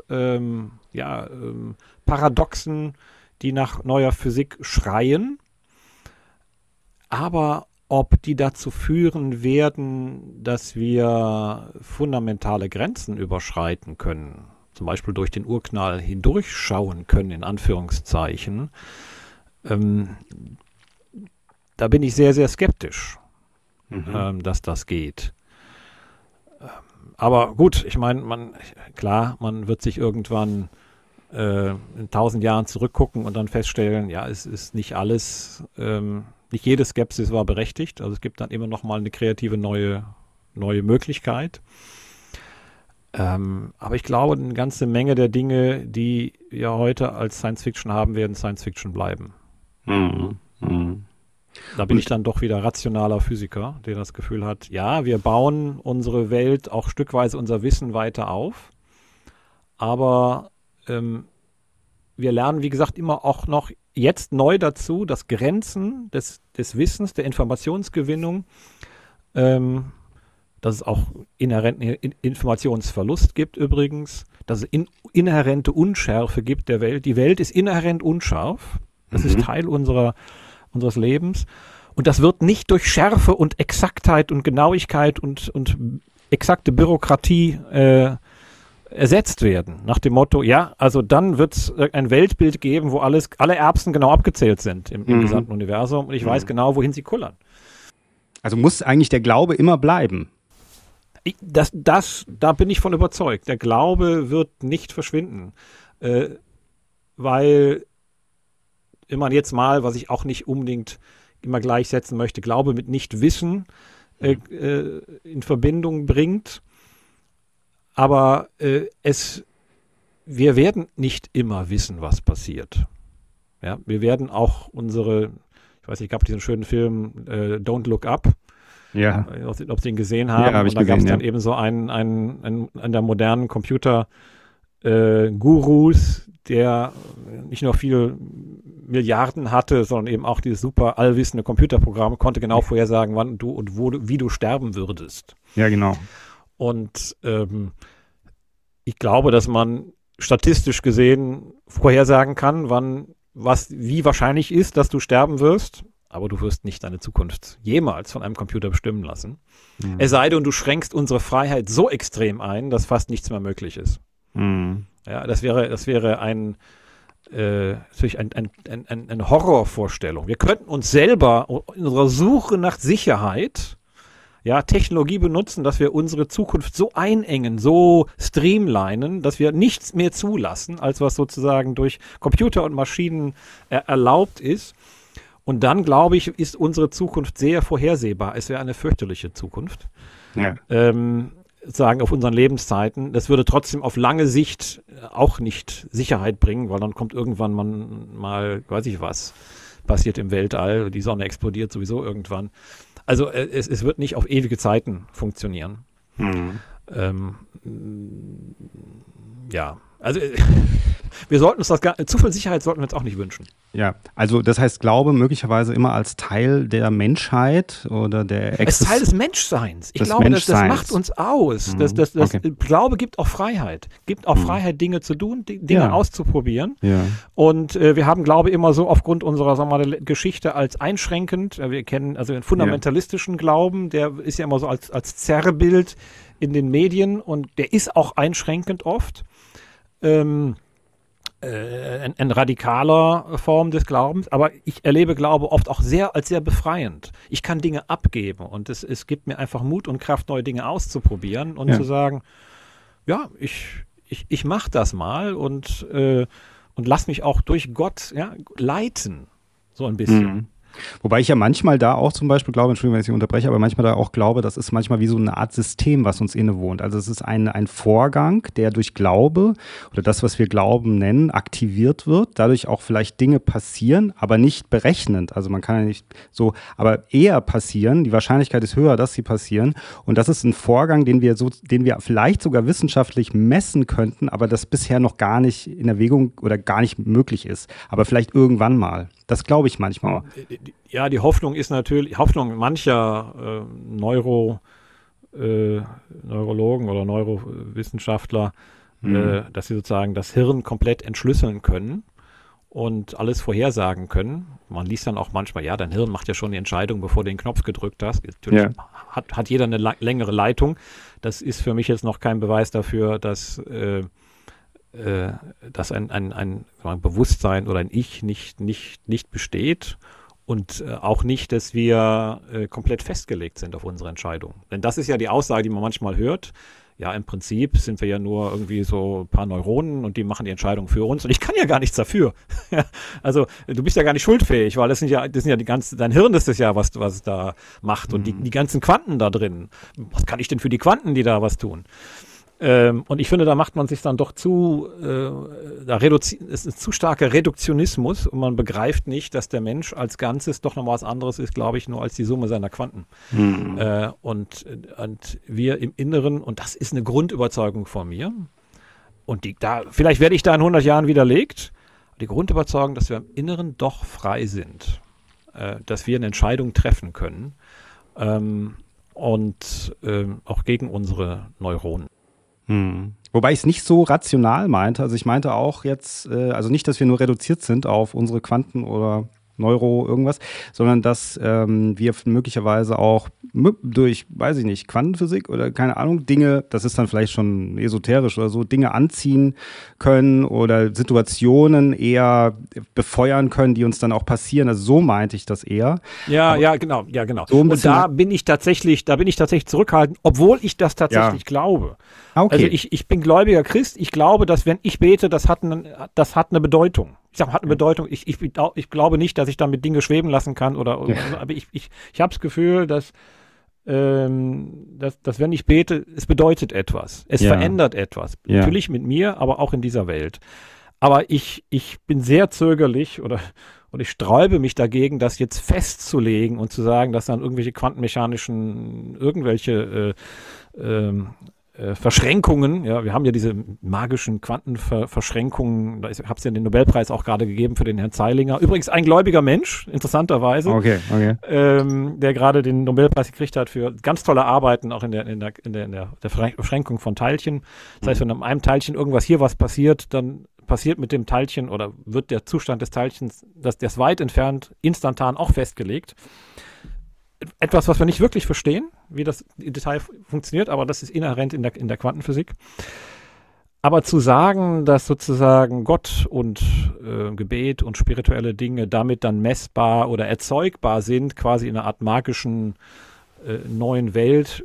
Paradoxen, die nach neuer Physik schreien. Aber ob die dazu führen werden, dass wir fundamentale Grenzen überschreiten können, zum Beispiel durch den Urknall hindurchschauen können, in Anführungszeichen, da bin ich sehr, sehr skeptisch, dass das geht. Aber gut, ich meine, man wird sich irgendwann in 1000 Jahren zurückgucken und dann feststellen, ja, es ist nicht alles, nicht jede Skepsis war berechtigt. Also es gibt dann immer noch mal eine kreative neue Möglichkeit. Aber ich glaube, eine ganze Menge der Dinge, die wir heute als Science Fiction haben, werden Science Fiction bleiben. Da bin ich dann doch wieder rationaler Physiker, der das Gefühl hat, ja, wir bauen unsere Welt, auch stückweise unser Wissen weiter auf, aber wir lernen, wie gesagt, immer auch noch jetzt neu dazu, dass Grenzen des Wissens, der Informationsgewinnung, dass es auch inhärenten Informationsverlust gibt übrigens, dass es inhärente Unschärfe gibt der Welt. Die Welt ist inhärent unscharf. Das ist Teil unseres Lebens. Und das wird nicht durch Schärfe und Exaktheit und Genauigkeit und exakte Bürokratie ersetzt werden. Nach dem Motto, ja, also dann wird es ein Weltbild geben, wo alle Erbsen genau abgezählt sind im gesamten Universum und ich weiß genau, wohin sie kullern. Also muss eigentlich der Glaube immer bleiben? Da bin ich von überzeugt. Der Glaube wird nicht verschwinden, weil man jetzt mal, was ich auch nicht unbedingt immer gleichsetzen möchte, Glaube mit Nichtwissen in Verbindung bringt. Aber wir werden nicht immer wissen, was passiert. Ja, wir werden auch ich weiß nicht, gab diesen schönen Film Don't Look Up. Ja. Ob Sie den gesehen haben. Ja, hab ich gesehen, da gab es dann eben so einen der modernen Computer-Gurus, der nicht nur viele Milliarden hatte, sondern eben auch dieses super allwissende Computerprogramm, konnte genau vorhersagen, wann du und wie du sterben würdest. Ja, genau. Und ich glaube, dass man statistisch gesehen vorhersagen kann, wie wahrscheinlich ist, dass du sterben wirst. Aber du wirst nicht deine Zukunft jemals von einem Computer bestimmen lassen. Es sei denn, du schränkst unsere Freiheit so extrem ein, dass fast nichts mehr möglich ist. Ja, das wäre natürlich eine Horrorvorstellung. Wir könnten uns selber in unserer Suche nach Sicherheit Technologie benutzen, dass wir unsere Zukunft so einengen, so streamlinen, dass wir nichts mehr zulassen, als was sozusagen durch Computer und Maschinen erlaubt ist. Und dann, glaube ich, ist unsere Zukunft sehr vorhersehbar. Es wäre eine fürchterliche Zukunft. Ja. Sagen auf unseren Lebenszeiten. Das würde trotzdem auf lange Sicht auch nicht Sicherheit bringen, weil dann kommt irgendwann mal, weiß ich was, passiert im Weltall. Die Sonne explodiert sowieso irgendwann. Also es wird nicht auf ewige Zeiten funktionieren. Also wir sollten uns zu viel Sicherheit sollten wir uns auch nicht wünschen. Ja, also das heißt Glaube möglicherweise immer als Teil der Menschheit oder der Als Teil des Menschseins. Ich glaube, das macht uns aus. Okay. Glaube gibt auch Freiheit. Gibt auch Freiheit, Dinge zu tun, Dinge auszuprobieren. Ja. Und wir haben Glaube immer so aufgrund unserer, sagen wir mal, Geschichte als einschränkend. Wir kennen also den fundamentalistischen Glauben, der ist ja immer so als Zerrbild in den Medien und der ist auch einschränkend oft. Eine radikaler Form des Glaubens, aber ich erlebe Glaube oft auch als sehr befreiend. Ich kann Dinge abgeben und es gibt mir einfach Mut und Kraft, neue Dinge auszuprobieren und zu sagen, ja, ich mache das mal und lass mich auch durch Gott leiten, so ein bisschen. Wobei ich ja manchmal da auch zum Beispiel glaube, Entschuldigung, wenn ich Sie unterbreche, aber manchmal da auch glaube, das ist manchmal wie so eine Art System, was uns innewohnt. Also es ist ein Vorgang, der durch Glaube oder das, was wir Glauben nennen, aktiviert wird, dadurch auch vielleicht Dinge passieren, aber nicht berechnend. Also man kann ja nicht so, aber eher passieren, die Wahrscheinlichkeit ist höher, dass sie passieren. Und das ist ein Vorgang, den wir vielleicht sogar wissenschaftlich messen könnten, aber das bisher noch gar nicht in Erwägung oder gar nicht möglich ist. Aber vielleicht irgendwann mal. Das glaube ich manchmal. Ja, die Hoffnung ist natürlich, Hoffnung mancher Neurologen oder Neurowissenschaftler, dass sie sozusagen das Hirn komplett entschlüsseln können und alles vorhersagen können. Man liest dann auch manchmal, ja, dein Hirn macht ja schon die Entscheidung, bevor du den Knopf gedrückt hast. Natürlich hat jeder eine längere Leitung. Das ist für mich jetzt noch kein Beweis dafür, dass ein Bewusstsein oder ein Ich nicht besteht und auch nicht, dass wir komplett festgelegt sind auf unsere Entscheidung. Denn das ist ja die Aussage, die man manchmal hört. Ja, im Prinzip sind wir ja nur irgendwie so ein paar Neuronen und die machen die Entscheidung für uns und ich kann ja gar nichts dafür. Also du bist ja gar nicht schuldfähig, weil das sind ja die ganzen, dein Hirn ist es ja, was es da macht und die ganzen Quanten da drin. Was kann ich denn für die Quanten, die da was tun? Und ich finde, da macht man sich dann doch es ist ein zu starker Reduktionismus und man begreift nicht, dass der Mensch als Ganzes doch noch was anderes ist, glaube ich, nur als die Summe seiner Quanten. Und wir im Inneren, und das ist eine Grundüberzeugung von mir, und vielleicht werde ich da in 100 Jahren widerlegt, die Grundüberzeugung, dass wir im Inneren doch frei sind, dass wir eine Entscheidung treffen können und auch gegen unsere Neuronen. Wobei ich es nicht so rational meinte. Also ich meinte auch jetzt, also nicht, dass wir nur reduziert sind auf unsere Quanten oder Neuro irgendwas, sondern dass wir möglicherweise auch durch, weiß ich nicht, Quantenphysik oder keine Ahnung, Dinge, das ist dann vielleicht schon esoterisch oder so, Dinge anziehen können oder Situationen eher befeuern können, die uns dann auch passieren. Also so meinte ich das eher. Ja, genau. So und da bin ich tatsächlich zurückhaltend, obwohl ich das tatsächlich glaube. Okay. Also ich bin gläubiger Christ. Ich glaube, dass wenn ich bete, das hat eine Bedeutung. Ich sage, hat eine Bedeutung. Ich glaube nicht, dass ich damit Dinge schweben lassen kann aber ich habe das Gefühl, dass wenn ich bete, es bedeutet etwas. Es verändert etwas. Natürlich mit mir, aber auch in dieser Welt. Aber ich bin sehr zögerlich und ich sträube mich dagegen, das jetzt festzulegen und zu sagen, dass dann irgendwelche quantenmechanischen, Verschränkungen, ja, wir haben ja diese magischen Quantenverschränkungen, ich habe es ja den Nobelpreis auch gerade gegeben für den Herrn Zeilinger. Übrigens ein gläubiger Mensch, interessanterweise, okay. Der gerade den Nobelpreis gekriegt hat für ganz tolle Arbeiten, auch in der Verschränkung von Teilchen. Das heißt, wenn an einem Teilchen was passiert, dann passiert mit dem Teilchen oder wird der Zustand des Teilchens, das ist weit entfernt, instantan auch festgelegt. Etwas, was wir nicht wirklich verstehen, wie das im Detail funktioniert, aber das ist inhärent in der Quantenphysik. Aber zu sagen, dass sozusagen Gott und Gebet und spirituelle Dinge damit dann messbar oder erzeugbar sind, quasi in einer Art magischen neuen Welt,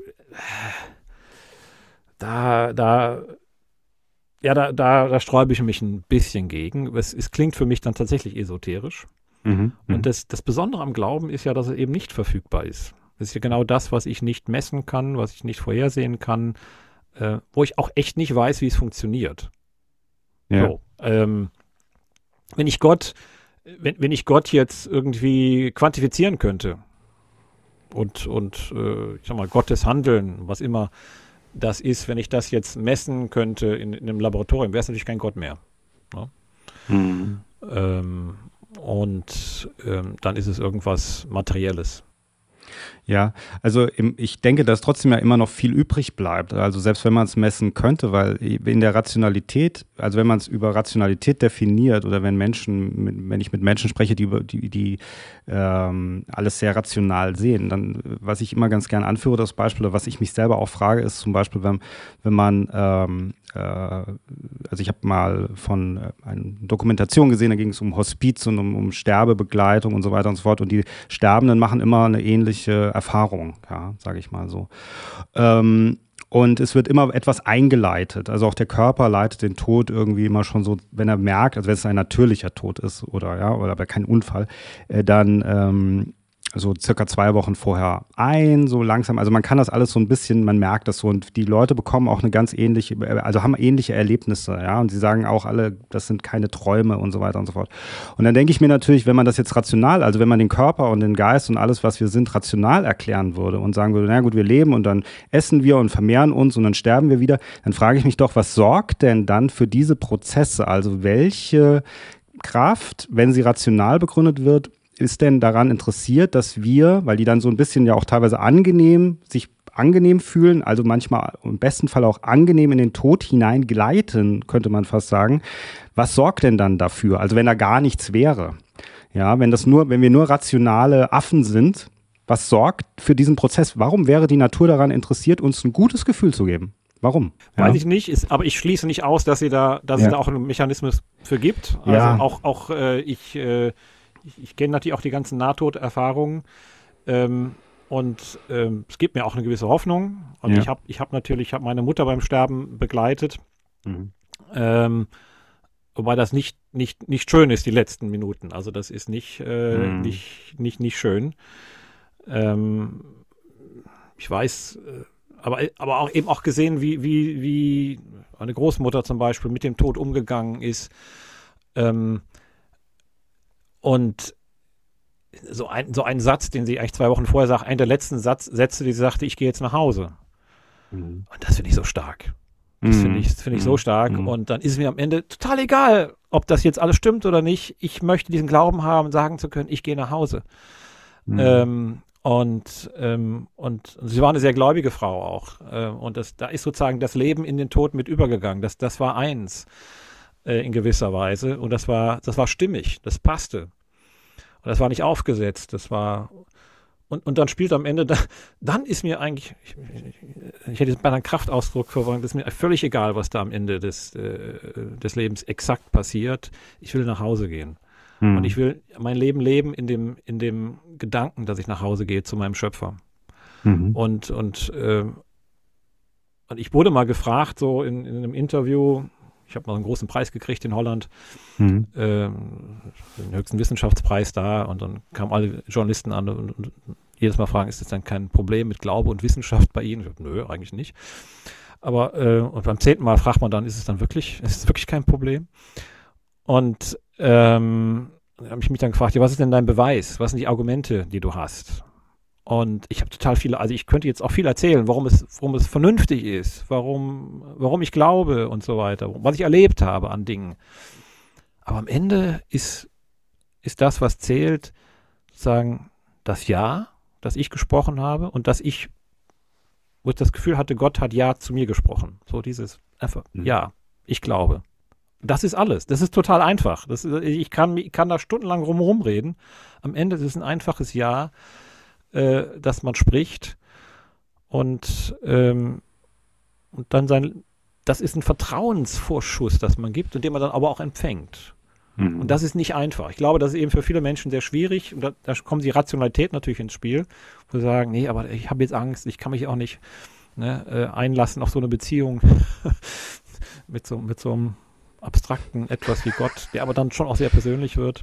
da sträube ich mich ein bisschen gegen. Es klingt für mich dann tatsächlich esoterisch. Und das Besondere am Glauben ist ja, dass er eben nicht verfügbar ist. Das ist ja genau das, was ich nicht messen kann, was ich nicht vorhersehen kann, wo ich auch echt nicht weiß, wie es funktioniert. Ja. So, wenn ich Gott jetzt irgendwie quantifizieren könnte und ich sag mal, Gottes Handeln, was immer das ist, wenn ich das jetzt messen könnte in einem Laboratorium, wäre es natürlich kein Gott mehr. Ne? Dann ist es irgendwas Materielles. Ja, also ich denke, dass trotzdem ja immer noch viel übrig bleibt. Also selbst wenn man es messen könnte, weil in der Rationalität, also wenn man es über Rationalität definiert oder wenn ich mit Menschen spreche, die alles sehr rational sehen, dann, was ich immer ganz gern anführe, das Beispiel, oder was ich mich selber auch frage, ist zum Beispiel, wenn man also ich habe mal von einer Dokumentation gesehen, da ging es um Hospiz und um Sterbebegleitung und so weiter und so fort. Und die Sterbenden machen immer eine ähnliche Erfahrung, ja, sage ich mal so. Und es wird immer etwas eingeleitet. Also auch der Körper leitet den Tod irgendwie immer schon so, wenn er merkt, also wenn es ein natürlicher Tod ist oder aber kein Unfall, dann so circa 2 Wochen vorher ein, so langsam. Also man kann das alles so ein bisschen, man merkt das so. Und die Leute bekommen auch eine ganz ähnliche, also haben ähnliche Erlebnisse, ja. Und sie sagen auch alle, das sind keine Träume und so weiter und so fort. Und dann denke ich mir natürlich, wenn man das jetzt rational, also wenn man den Körper und den Geist und alles, was wir sind, rational erklären würde und sagen würde, na gut, wir leben und dann essen wir und vermehren uns und dann sterben wir wieder, dann frage ich mich doch, was sorgt denn dann für diese Prozesse? Also welche Kraft, wenn sie rational begründet wird, ist denn daran interessiert, dass wir, weil die dann so ein bisschen ja auch teilweise sich angenehm fühlen, also manchmal im besten Fall auch angenehm in den Tod hineingleiten, könnte man fast sagen. Was sorgt denn dann dafür? Also wenn da gar nichts wäre. Ja, wenn wir nur rationale Affen sind, was sorgt für diesen Prozess? Warum wäre die Natur daran interessiert, uns ein gutes Gefühl zu geben? Warum? Weiß ich nicht, aber ich schließe nicht aus, dass es da auch einen Mechanismus für gibt. Also ich kenne natürlich auch die ganzen Nahtoderfahrungen und es gibt mir auch eine gewisse Hoffnung. Und ich habe meine Mutter beim Sterben begleitet, wobei das nicht schön ist, die letzten Minuten. Also das ist nicht schön. Ich weiß, aber auch eben auch gesehen, wie eine Großmutter zum Beispiel mit dem Tod umgegangen ist. Und so ein Satz, den sie eigentlich 2 Wochen vorher sagt, einer der letzten Sätze, die sie sagte, ich gehe jetzt nach Hause. Und das finde ich so stark. Das finde ich so stark. Und dann ist es mir am Ende total egal, ob das jetzt alles stimmt oder nicht. Ich möchte diesen Glauben haben, sagen zu können, ich gehe nach Hause. Und sie war eine sehr gläubige Frau auch. Und da ist sozusagen das Leben in den Tod mit übergegangen. Das war eins in gewisser Weise. Und das war stimmig. Das passte. Und das war nicht aufgesetzt. Das war und dann spielt am Ende, dann ist mir eigentlich, ich hätte jetzt bei einem Kraftausdruck verwandt, ist mir völlig egal, was da am Ende des Lebens exakt passiert. Ich will nach Hause gehen. Und ich will mein Leben leben in dem Gedanken, dass ich nach Hause gehe zu meinem Schöpfer. Und ich wurde mal gefragt, so in einem Interview, ich habe noch einen großen Preis gekriegt in Holland, den höchsten Wissenschaftspreis da, und dann kamen alle Journalisten an und jedes Mal fragen, ist das dann kein Problem mit Glaube und Wissenschaft bei Ihnen? Ich dachte, nö, eigentlich nicht. Aber und beim 10. Mal fragt man dann, ist es wirklich kein Problem? Und habe ich mich dann gefragt, ja, was ist denn dein Beweis? Was sind die Argumente, die du hast? Und ich habe total viele, also ich könnte jetzt auch viel erzählen, warum es vernünftig ist, warum ich glaube und so weiter, was ich erlebt habe an Dingen. Aber am Ende ist das, was zählt, sozusagen das Ja, das ich gesprochen habe und wo ich das Gefühl hatte, Gott hat Ja zu mir gesprochen. So dieses einfach, ja, ich glaube. Das ist alles. Das ist total einfach. Ich kann da stundenlang rumreden. Am Ende ist es ein einfaches Ja, dass man spricht und dann das ist ein Vertrauensvorschuss, das man gibt und den man dann aber auch empfängt. Und das ist nicht einfach. Ich glaube, das ist eben für viele Menschen sehr schwierig und da kommt die Rationalität natürlich ins Spiel, wo sie sagen, nee, aber ich habe jetzt Angst, ich kann mich auch nicht einlassen auf so eine Beziehung mit so einem abstrakten etwas wie Gott, der aber dann schon auch sehr persönlich wird.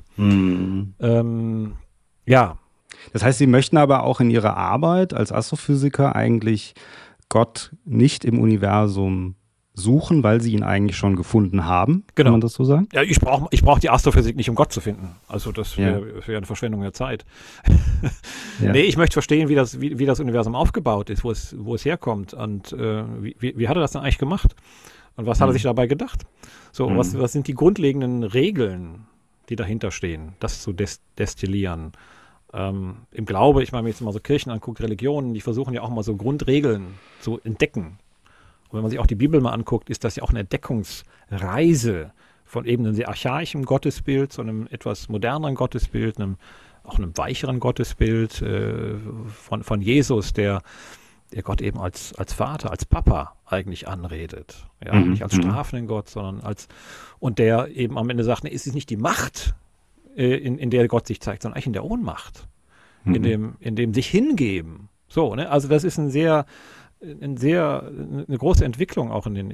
Ja. Das heißt, Sie möchten aber auch in Ihrer Arbeit als Astrophysiker eigentlich Gott nicht im Universum suchen, weil Sie ihn eigentlich schon gefunden haben. Genau. Kann man das so sagen? Ja, ich brauch die Astrophysik nicht, um Gott zu finden. Also das wäre eine Verschwendung der Zeit. Ja. Nee, ich möchte verstehen, wie das Universum aufgebaut ist, wo es herkommt und wie hat er das denn eigentlich gemacht? Und was hat er sich dabei gedacht? So, was sind die grundlegenden Regeln, die dahinter stehen, das zu destillieren? Im Glaube, ich meine, wenn ich jetzt mal so Kirchen angucke, Religionen, die versuchen ja auch mal so Grundregeln zu entdecken. Und wenn man sich auch die Bibel mal anguckt, ist das ja auch eine Entdeckungsreise von eben einem sehr archaischen Gottesbild zu einem etwas moderneren Gottesbild, auch einem weicheren Gottesbild von Jesus, der Gott eben als Vater, als Papa eigentlich anredet. Ja, nicht als strafenden Gott, sondern und der eben am Ende sagt, es ist nicht die Macht, in der Gott sich zeigt, sondern eigentlich in der Ohnmacht, in dem sich hingeben. So, ne? Also das ist ein sehr eine große Entwicklung auch in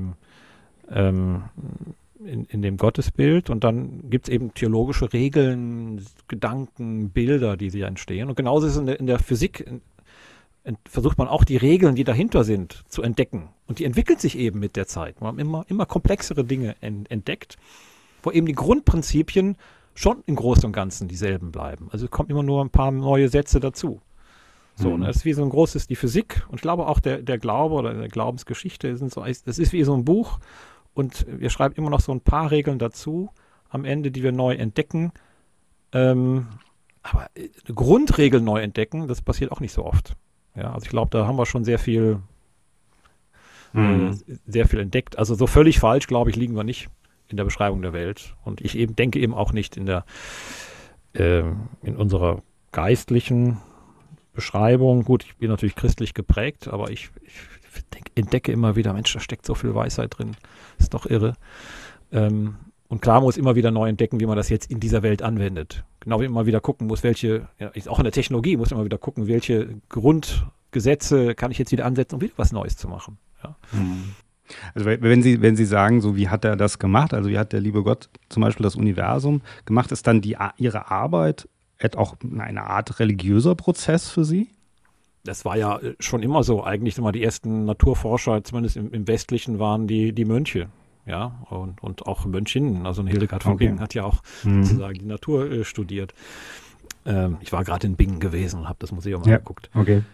dem Gottesbild, und dann gibt es eben theologische Regeln, Gedanken, Bilder, die entstehen. Und genauso ist es in der Physik, versucht man auch die Regeln, die dahinter sind, zu entdecken. Und die entwickeln sich eben mit der Zeit. Man hat immer komplexere Dinge entdeckt, wo eben die Grundprinzipien schon im Großen und Ganzen dieselben bleiben. Also es kommt immer nur ein paar neue Sätze dazu. So, ne? Das ist wie so ein großes, die Physik, und ich glaube auch der Glaube oder der Glaubensgeschichte das ist wie so ein Buch, und wir schreiben immer noch so ein paar Regeln dazu am Ende, die wir neu entdecken. Aber eine Grundregel neu entdecken, das passiert auch nicht so oft. Ja, also ich glaube, da haben wir schon sehr viel entdeckt. Also so völlig falsch, glaube ich, liegen wir nicht in der Beschreibung der Welt. Und ich denke eben auch nicht in unserer geistlichen Beschreibung. Gut, ich bin natürlich christlich geprägt, aber ich entdecke immer wieder, Mensch, da steckt so viel Weisheit drin. Ist doch irre. Und klar, man muss immer wieder neu entdecken, wie man das jetzt in dieser Welt anwendet. Genau wie man immer wieder gucken muss, auch in der Technologie muss man immer wieder gucken, welche Grundgesetze kann ich jetzt wieder ansetzen, um wieder was Neues zu machen. Ja. Also wenn Sie sagen, so wie hat er das gemacht, also wie hat der liebe Gott zum Beispiel das Universum gemacht, ist dann Ihre Arbeit auch eine Art religiöser Prozess für Sie? Das war ja schon immer so. Eigentlich immer die ersten Naturforscher, zumindest im Westlichen, waren die Mönche. Ja, und auch Mönchinnen. Also Hildegard von Bingen hat ja auch sozusagen die Natur studiert. Ich war gerade in Bingen gewesen und habe das Museum angeguckt. Okay.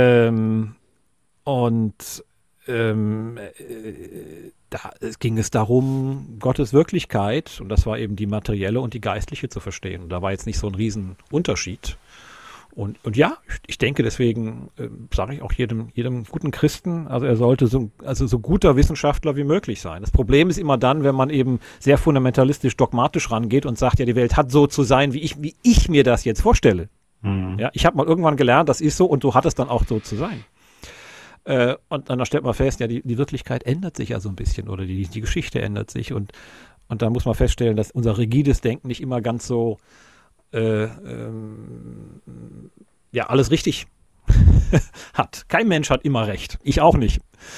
Da ging es darum, Gottes Wirklichkeit, und das war eben die materielle und die geistliche, zu verstehen. Und da war jetzt nicht so ein Riesenunterschied. Und ja, ich denke, deswegen sage ich auch jedem guten Christen, also er sollte so guter Wissenschaftler wie möglich sein. Das Problem ist immer dann, wenn man eben sehr fundamentalistisch, dogmatisch rangeht und sagt, ja, die Welt hat so zu sein, wie ich mir das jetzt vorstelle. Ja, ich habe mal irgendwann gelernt, das ist so, und so hat es dann auch so zu sein. Und dann stellt man fest, ja, die Wirklichkeit ändert sich ja so ein bisschen, oder die Geschichte ändert sich, und dann muss man feststellen, dass unser rigides Denken nicht immer ganz so alles richtig hat. Kein Mensch hat immer recht. Ich auch nicht.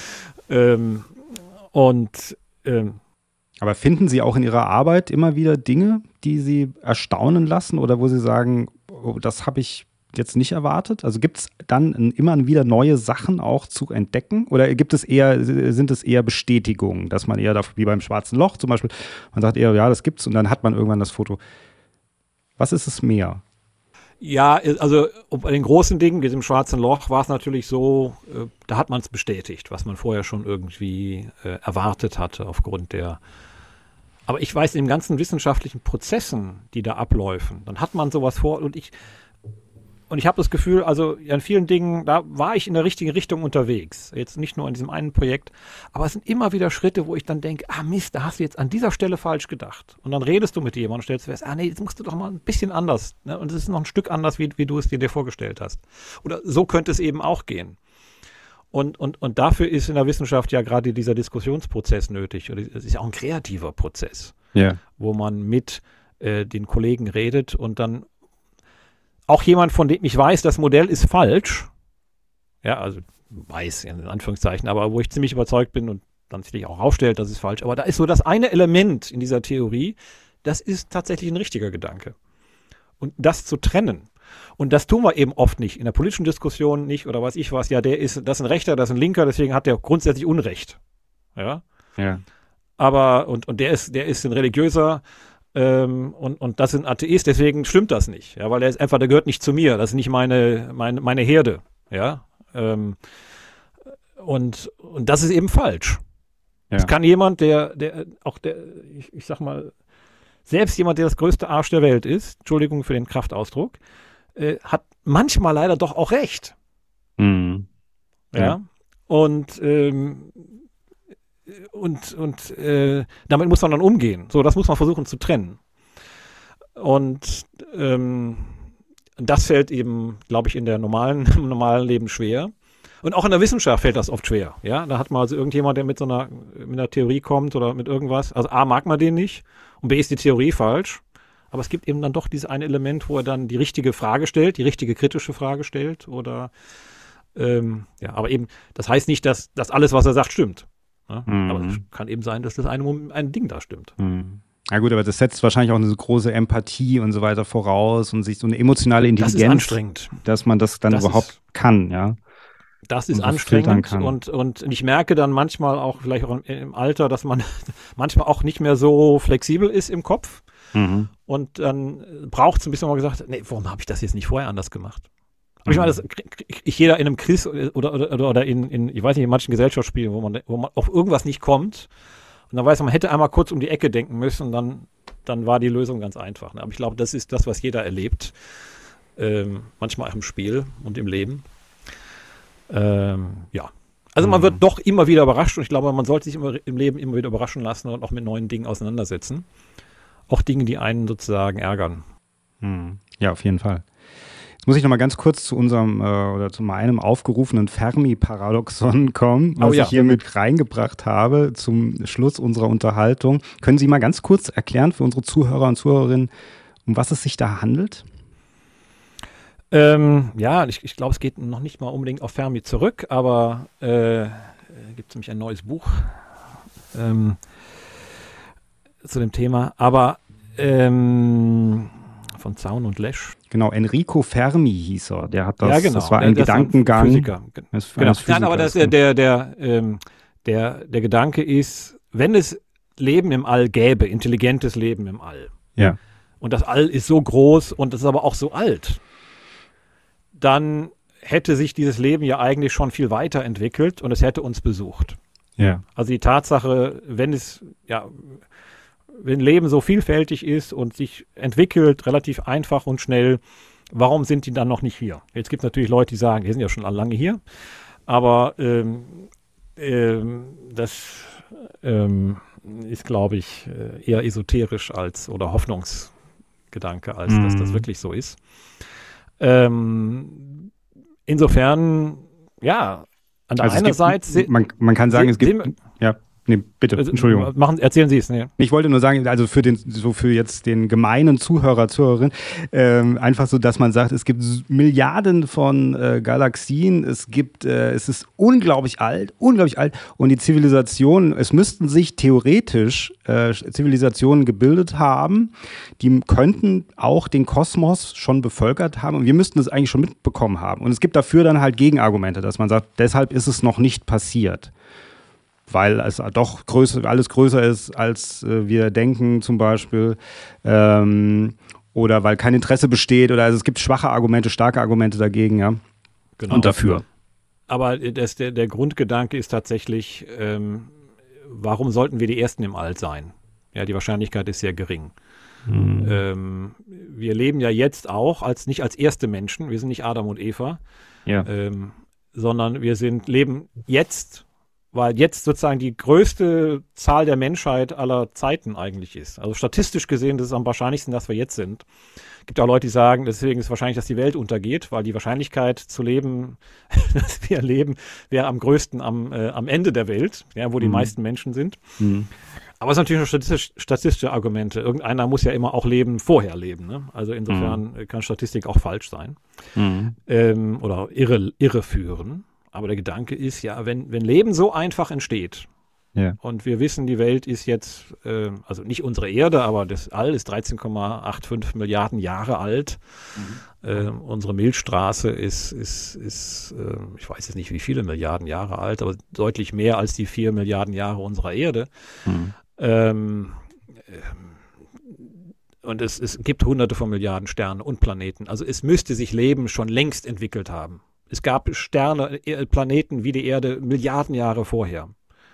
Aber finden Sie auch in Ihrer Arbeit immer wieder Dinge, die Sie erstaunen lassen oder wo Sie sagen, oh, das habe ich jetzt nicht erwartet? Also gibt es dann immer wieder neue Sachen auch zu entdecken? Oder sind es eher Bestätigungen, dass man eher, wie beim Schwarzen Loch zum Beispiel, man sagt eher, ja, das gibt's, und dann hat man irgendwann das Foto. Was ist es mehr? Ja, also bei den großen Dingen, wie dem Schwarzen Loch, war es natürlich so, da hat man es bestätigt, was man vorher schon irgendwie erwartet hatte aufgrund aber ich weiß, in den ganzen wissenschaftlichen Prozessen, die da abläufen, dann hat man sowas vor, und ich habe das Gefühl, also an vielen Dingen, da war ich in der richtigen Richtung unterwegs. Jetzt nicht nur in diesem einen Projekt, aber es sind immer wieder Schritte, wo ich dann denke, Mist, da hast du jetzt an dieser Stelle falsch gedacht. Und dann redest du mit jemandem und stellst fest, nee, jetzt musst du doch mal ein bisschen anders. Ne? Und es ist noch ein Stück anders, wie du es dir vorgestellt hast. Oder so könnte es eben auch gehen. Und dafür ist in der Wissenschaft ja gerade dieser Diskussionsprozess nötig. Es ist ja auch ein kreativer Prozess, wo man mit den Kollegen redet und dann auch jemand, von dem ich weiß, das Modell ist falsch, ja, also weiß in Anführungszeichen, aber wo ich ziemlich überzeugt bin und dann sich auch aufstellt, das ist falsch, aber da ist so das eine Element in dieser Theorie, das ist tatsächlich ein richtiger Gedanke. Und das zu trennen, und das tun wir eben oft nicht, in der politischen Diskussion nicht, oder weiß ich was, ja, das ist ein Rechter, das ist ein Linker, deswegen hat der grundsätzlich Unrecht. Ja. Aber, und der ist ein religiöser, und das ist ein Atheist, deswegen stimmt das nicht, ja, weil der gehört nicht zu mir, das ist nicht meine Herde, ja, und das ist eben falsch. Es kann jemand, ich sag mal, selbst jemand, der das größte Arsch der Welt ist, Entschuldigung für den Kraftausdruck, hat manchmal leider doch auch recht. Ja, und damit muss man dann umgehen. So, das muss man versuchen zu trennen. Und das fällt eben, glaube ich, im normalen Leben schwer. Und auch in der Wissenschaft fällt das oft schwer. Ja, da hat man also irgendjemand, der mit einer Theorie kommt oder mit irgendwas. Also A, mag man den nicht, und B, ist die Theorie falsch. Aber es gibt eben dann doch dieses eine Element, wo er dann die richtige Frage stellt, die richtige kritische Frage stellt, oder Ja, aber eben, das heißt nicht, dass alles, was er sagt, stimmt. Ne? Aber es kann eben sein, dass das ein Ding da stimmt. Ja gut, aber das setzt wahrscheinlich auch eine große Empathie und so weiter voraus und sich so eine emotionale Intelligenz, das ist anstrengend, dass man das dann überhaupt kann, ja. Das ist so anstrengend und ich merke dann manchmal auch, vielleicht auch im Alter, dass man manchmal auch nicht mehr so flexibel ist im Kopf. Und dann braucht es ein bisschen mal gesagt, nee, warum habe ich das jetzt nicht vorher anders gemacht? Aber ich meine, das ich jeder in einem Quiz oder in ich weiß nicht, in manchen Gesellschaftsspielen, wo man auf irgendwas nicht kommt und dann weiß man hätte einmal kurz um die Ecke denken müssen und dann war die Lösung ganz einfach. Ne? Aber ich glaube, das ist das, was jeder erlebt. Manchmal auch im Spiel und im Leben. Ja. Also man wird doch immer wieder überrascht und ich glaube, man sollte sich im Leben immer wieder überraschen lassen und auch mit neuen Dingen auseinandersetzen. Auch Dinge, die einen sozusagen ärgern. Ja, auf jeden Fall. Jetzt muss ich noch mal ganz kurz zu unserem oder zu meinem aufgerufenen Fermi-Paradoxon kommen, was ich hier mit reingebracht habe zum Schluss unserer Unterhaltung. Können Sie mal ganz kurz erklären für unsere Zuhörer und Zuhörerinnen, um was es sich da handelt? Ja, ich glaube, es geht noch nicht mal unbedingt auf Fermi zurück, aber gibt es nämlich ein neues Buch zu dem Thema, aber von Zaun und Lesch. Genau, Enrico Fermi hieß er. Der hat das, ja, genau. Das war ein Gedankengang. Physiker. Genau. Nein, aber der Gedanke ist, wenn es Leben im All gäbe, intelligentes Leben im All, ja. Und das All ist so groß und es ist aber auch so alt, dann hätte sich dieses Leben ja eigentlich schon viel weiterentwickelt und es hätte uns besucht. Ja. Also die Tatsache, wenn Leben so vielfältig ist und sich entwickelt, relativ einfach und schnell, warum sind die dann noch nicht hier? Jetzt gibt es natürlich Leute, die sagen, die sind ja schon lange hier, aber das ist, glaube ich, eher esoterisch oder Hoffnungsgedanke, als dass das wirklich so ist. Insofern, ja, an der einen Seite... Man kann sagen, es gibt... Ja. Nee, bitte, Entschuldigung. Erzählen Sie es. Nee. Ich wollte nur sagen, also für jetzt den gemeinen Zuhörer, Zuhörerin, einfach so, dass man sagt, es gibt Milliarden von Galaxien, es ist unglaublich alt und die Zivilisationen, es müssten sich theoretisch Zivilisationen gebildet haben, die könnten auch den Kosmos schon bevölkert haben und wir müssten das eigentlich schon mitbekommen haben. Und es gibt dafür dann halt Gegenargumente, dass man sagt, deshalb ist es noch nicht passiert. Weil es doch alles größer ist, als wir denken zum Beispiel, oder weil kein Interesse besteht, oder also es gibt schwache Argumente, starke Argumente dagegen, ja. Genau. Und dafür. Aber der Grundgedanke ist tatsächlich, warum sollten wir die Ersten im All sein? Ja, die Wahrscheinlichkeit ist sehr gering. Wir leben ja jetzt auch nicht als erste Menschen, wir sind nicht Adam und Eva, sondern wir leben jetzt, weil jetzt sozusagen die größte Zahl der Menschheit aller Zeiten eigentlich ist. Also statistisch gesehen, das ist am wahrscheinlichsten, dass wir jetzt sind. Es gibt auch Leute, die sagen, deswegen ist es wahrscheinlich, dass die Welt untergeht, weil die Wahrscheinlichkeit zu leben, dass wir leben, wäre am größten am Ende der Welt, ja, wo die meisten Menschen sind. Aber es sind natürlich nur statistische Argumente. Irgendeiner muss ja immer auch vorher leben. Ne? Also insofern kann Statistik auch falsch sein oder irreführen. Aber der Gedanke ist ja, wenn Leben so einfach entsteht und wir wissen, die Welt ist jetzt, also nicht unsere Erde, aber das All ist 13,85 Milliarden Jahre alt. Unsere Milchstraße ist ich weiß jetzt nicht, wie viele Milliarden Jahre alt, aber deutlich mehr als die 4 Milliarden Jahre unserer Erde. Und es gibt hunderte von Milliarden Sterne und Planeten. Also es müsste sich Leben schon längst entwickelt haben. Es gab Planeten wie die Erde Milliarden Jahre vorher.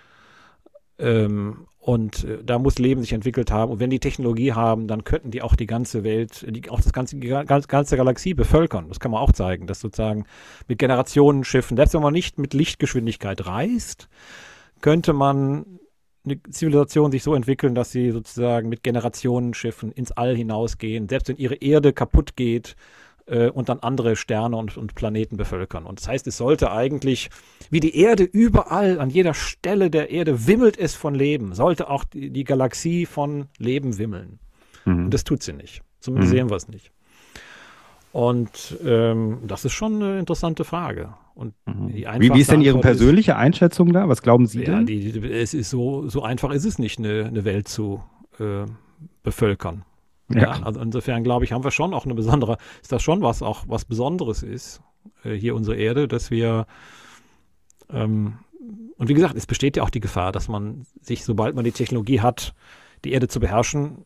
Und da muss Leben sich entwickelt haben. Und wenn die Technologie haben, dann könnten die auch die ganze Welt, auch das ganze Galaxie bevölkern. Das kann man auch zeigen, dass sozusagen mit Generationenschiffen, selbst wenn man nicht mit Lichtgeschwindigkeit reist, könnte man eine Zivilisation sich so entwickeln, dass sie sozusagen mit Generationenschiffen ins All hinausgehen, selbst wenn ihre Erde kaputt geht, und dann andere Sterne und Planeten bevölkern. Und das heißt, es sollte eigentlich, wie die Erde überall, an jeder Stelle der Erde wimmelt es von Leben, sollte auch die Galaxie von Leben wimmeln. Und das tut sie nicht. Zumindest sehen wir es nicht. Und das ist schon eine interessante Frage. Und die Wie ist denn Ihre Antwort persönliche Einschätzung da? Was glauben Sie ja, denn? es ist so einfach ist es nicht, eine Welt zu bevölkern. Ja. Also insofern glaube ich, haben wir schon auch ist das schon was Besonderes ist, hier unsere Erde, dass wir, und wie gesagt, es besteht ja auch die Gefahr, dass man sich, sobald man die Technologie hat, die Erde zu beherrschen,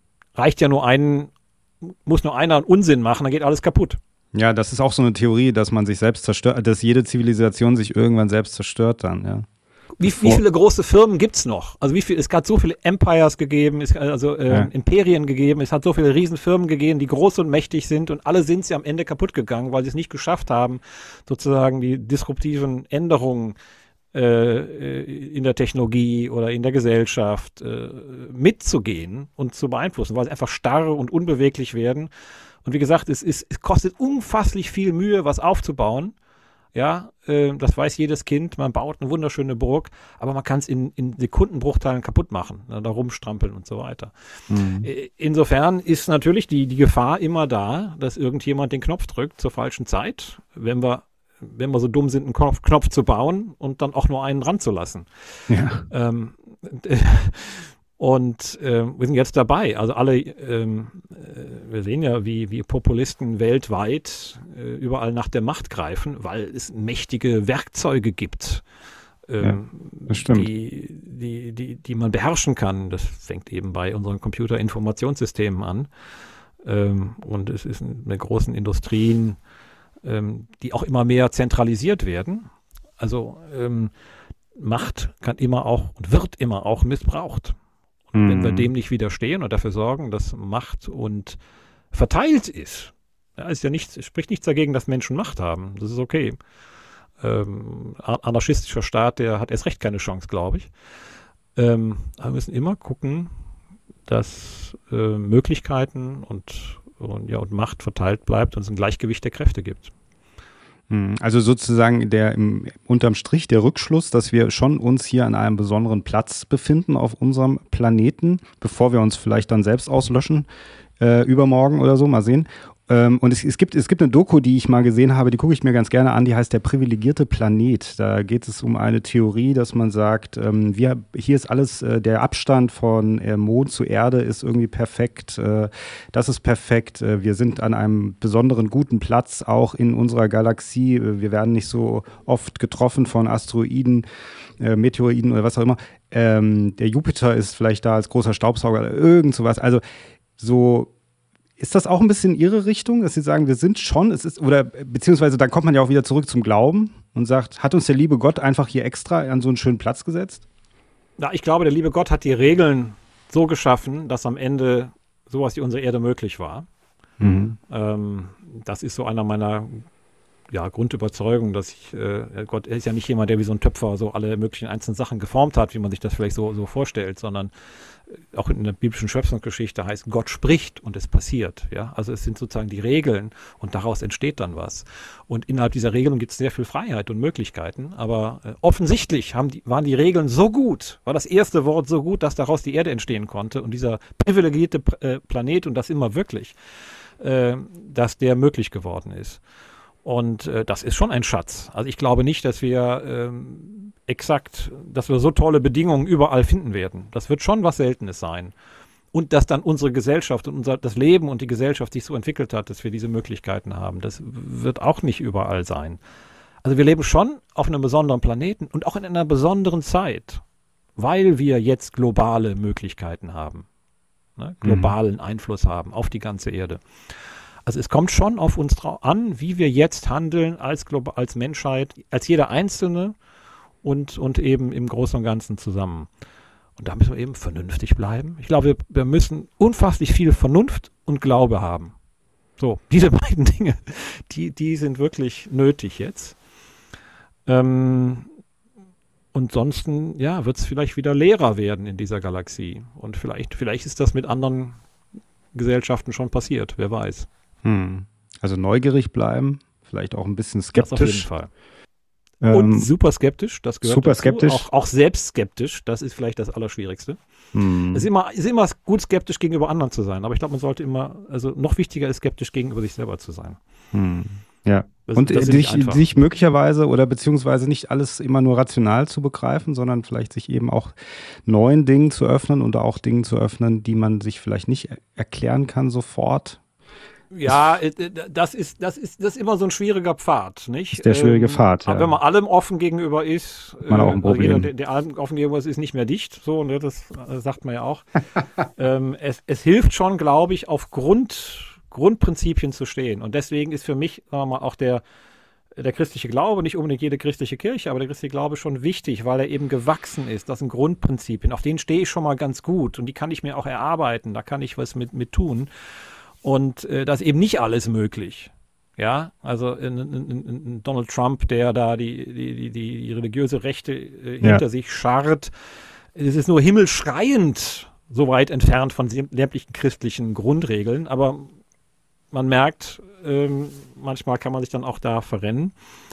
muss nur einer einen Unsinn machen, dann geht alles kaputt. Ja, das ist auch so eine Theorie, dass man sich selbst zerstört, dass jede Zivilisation sich irgendwann selbst zerstört dann, ja. Wie viele große Firmen gibt es noch? Also es hat so viele Empires gegeben, Imperien gegeben, es hat so viele Riesenfirmen gegeben, die groß und mächtig sind und alle sind sie am Ende kaputt gegangen, weil sie es nicht geschafft haben, sozusagen die disruptiven Änderungen in der Technologie oder in der Gesellschaft mitzugehen und zu beeinflussen, weil sie einfach starr und unbeweglich werden. Und wie gesagt, es kostet unfasslich viel Mühe, was aufzubauen. Ja, das weiß jedes Kind. Man baut eine wunderschöne Burg, aber man kann es in Sekundenbruchteilen kaputt machen, da rumstrampeln und so weiter. Insofern ist natürlich die Gefahr immer da, dass irgendjemand den Knopf drückt zur falschen Zeit, wenn wir so dumm sind, einen Knopf zu bauen und dann auch nur einen dran zu lassen. Ja. Wir sind jetzt dabei. Also wir sehen ja, wie Populisten weltweit überall nach der Macht greifen, weil es mächtige Werkzeuge gibt, das stimmt. die man beherrschen kann. Das fängt eben bei unseren Computerinformationssystemen an. Und es ist mit großen Industrien, die auch immer mehr zentralisiert werden. Also Macht kann immer auch und wird immer auch missbraucht. Und wenn wir dem nicht widerstehen und dafür sorgen, dass Macht und verteilt ist, es spricht nichts dagegen, dass Menschen Macht haben. Das ist okay. Anarchistischer Staat, der hat erst recht keine Chance, glaube ich. Aber wir müssen immer gucken, dass Möglichkeiten und Macht verteilt bleibt und es ein Gleichgewicht der Kräfte gibt. Also sozusagen unterm Strich der Rückschluss, dass wir schon uns hier an einem besonderen Platz befinden auf unserem Planeten, bevor wir uns vielleicht dann selbst auslöschen, übermorgen oder so, mal sehen. Und es gibt eine Doku, die ich mal gesehen habe, die gucke ich mir ganz gerne an, die heißt Der privilegierte Planet. Da geht es um eine Theorie, dass man sagt, hier ist alles, der Abstand von Mond zu Erde ist irgendwie perfekt, das ist perfekt, wir sind an einem besonderen guten Platz, auch in unserer Galaxie, wir werden nicht so oft getroffen von Asteroiden, Meteoroiden oder was auch immer. Der Jupiter ist vielleicht da als großer Staubsauger oder irgend sowas, also so. Ist das auch ein bisschen Ihre Richtung, dass Sie sagen, wir sind schon, beziehungsweise dann kommt man ja auch wieder zurück zum Glauben und sagt, hat uns der liebe Gott einfach hier extra an so einen schönen Platz gesetzt? Ja, ich glaube, der liebe Gott hat die Regeln so geschaffen, dass am Ende sowas wie unsere Erde möglich war. Das ist so einer meiner Grundüberzeugung, dass Gott ist ja nicht jemand, der wie so ein Töpfer so alle möglichen einzelnen Sachen geformt hat, wie man sich das vielleicht so vorstellt, sondern auch in der biblischen Schöpfungsgeschichte heißt, Gott spricht und es passiert. Ja? Also es sind sozusagen die Regeln und daraus entsteht dann was. Und innerhalb dieser Regeln gibt es sehr viel Freiheit und Möglichkeiten, aber offensichtlich waren die Regeln so gut, war das erste Wort so gut, dass daraus die Erde entstehen konnte und dieser privilegierte Planet und das immer wirklich, dass der möglich geworden ist. Und das ist schon ein Schatz. Also ich glaube nicht, dass wir dass wir so tolle Bedingungen überall finden werden. Das wird schon was Seltenes sein. Und dass dann unsere Gesellschaft und das Leben und die Gesellschaft sich so entwickelt hat, dass wir diese Möglichkeiten haben. Das wird auch nicht überall sein. Also wir leben schon auf einem besonderen Planeten und auch in einer besonderen Zeit, weil wir jetzt globale Möglichkeiten haben, ne? Globalen Einfluss haben auf die ganze Erde. Also es kommt schon auf uns an, wie wir jetzt handeln als Menschheit, als jeder Einzelne und eben im Großen und Ganzen zusammen. Und da müssen wir eben vernünftig bleiben. Ich glaube, wir müssen unfasslich viel Vernunft und Glaube haben. So, diese beiden Dinge, die sind wirklich nötig jetzt. Und ansonsten, wird es vielleicht wieder leerer werden in dieser Galaxie. Und vielleicht ist das mit anderen Gesellschaften schon passiert, wer weiß. Also neugierig bleiben, vielleicht auch ein bisschen skeptisch. Das auf jeden Fall. Und super skeptisch, das gehört super dazu. Skeptisch. Auch selbst skeptisch, das ist vielleicht das Allerschwierigste. Es ist immer gut, skeptisch gegenüber anderen zu sein, aber ich glaube, man sollte immer, also noch wichtiger ist, skeptisch gegenüber sich selber zu sein. Ja. Und sich möglicherweise oder beziehungsweise nicht alles immer nur rational zu begreifen, sondern vielleicht sich eben auch neuen Dingen zu öffnen und auch Dingen zu öffnen, die man sich vielleicht nicht erklären kann sofort. Ja, das ist immer so ein schwieriger Pfad, nicht? Ist der schwierige Pfad, ja. Aber wenn man allem offen gegenüber ist, man auch ein Problem. Also jeder, der allem offen gegenüber ist nicht mehr dicht, so, ne, das sagt man ja auch. Es hilft schon, glaube ich, auf Grundprinzipien zu stehen. Und deswegen ist für mich, sagen wir mal, auch der christliche Glaube, nicht unbedingt jede christliche Kirche, aber der christliche Glaube schon wichtig, weil er eben gewachsen ist. Das sind Grundprinzipien, auf denen stehe ich schon mal ganz gut und die kann ich mir auch erarbeiten, da kann ich was mit tun. Und da ist eben nicht alles möglich. Ja, also ein Donald Trump, der da die religiöse Rechte hinter sich scharrt, es ist nur himmelschreiend so weit entfernt von sämtlichen christlichen Grundregeln, aber man merkt, manchmal kann man sich dann auch da verrennen.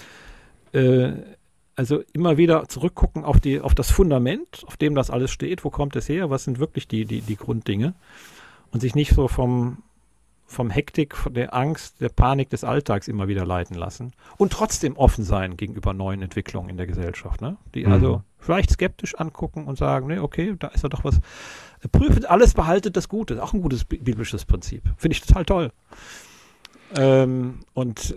Also immer wieder zurückgucken auf das Fundament, auf dem das alles steht. Wo kommt es her? Was sind wirklich die Grunddinge? Und sich nicht so vom Hektik, von der Angst, der Panik des Alltags immer wieder leiten lassen. Und trotzdem offen sein gegenüber neuen Entwicklungen in der Gesellschaft. Ne? Die also vielleicht skeptisch angucken und sagen, nee, okay, da ist ja doch was. Prüft alles, behaltet das Gute. Auch ein gutes biblisches Prinzip. Finde ich total toll. Und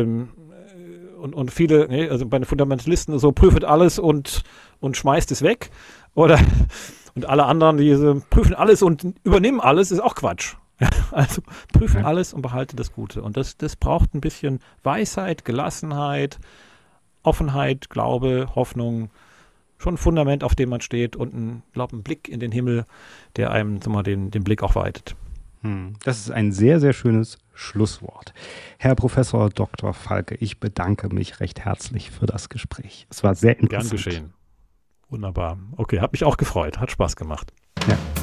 viele, ne, also bei den Fundamentalisten so, prüft alles und schmeißt es weg. Und alle anderen, die prüfen alles und übernehmen alles, ist auch Quatsch. Also prüfen alles und behalte das Gute. Und das braucht ein bisschen Weisheit, Gelassenheit, Offenheit, Glaube, Hoffnung. Schon ein Fundament, auf dem man steht und ein Blick in den Himmel, der einem den Blick auch weitet. Das ist ein sehr, sehr schönes Schlusswort. Herr Professor Dr. Falke, ich bedanke mich recht herzlich für das Gespräch. Es war sehr interessant. Gern geschehen. Wunderbar. Okay, hat mich auch gefreut. Hat Spaß gemacht. Ja.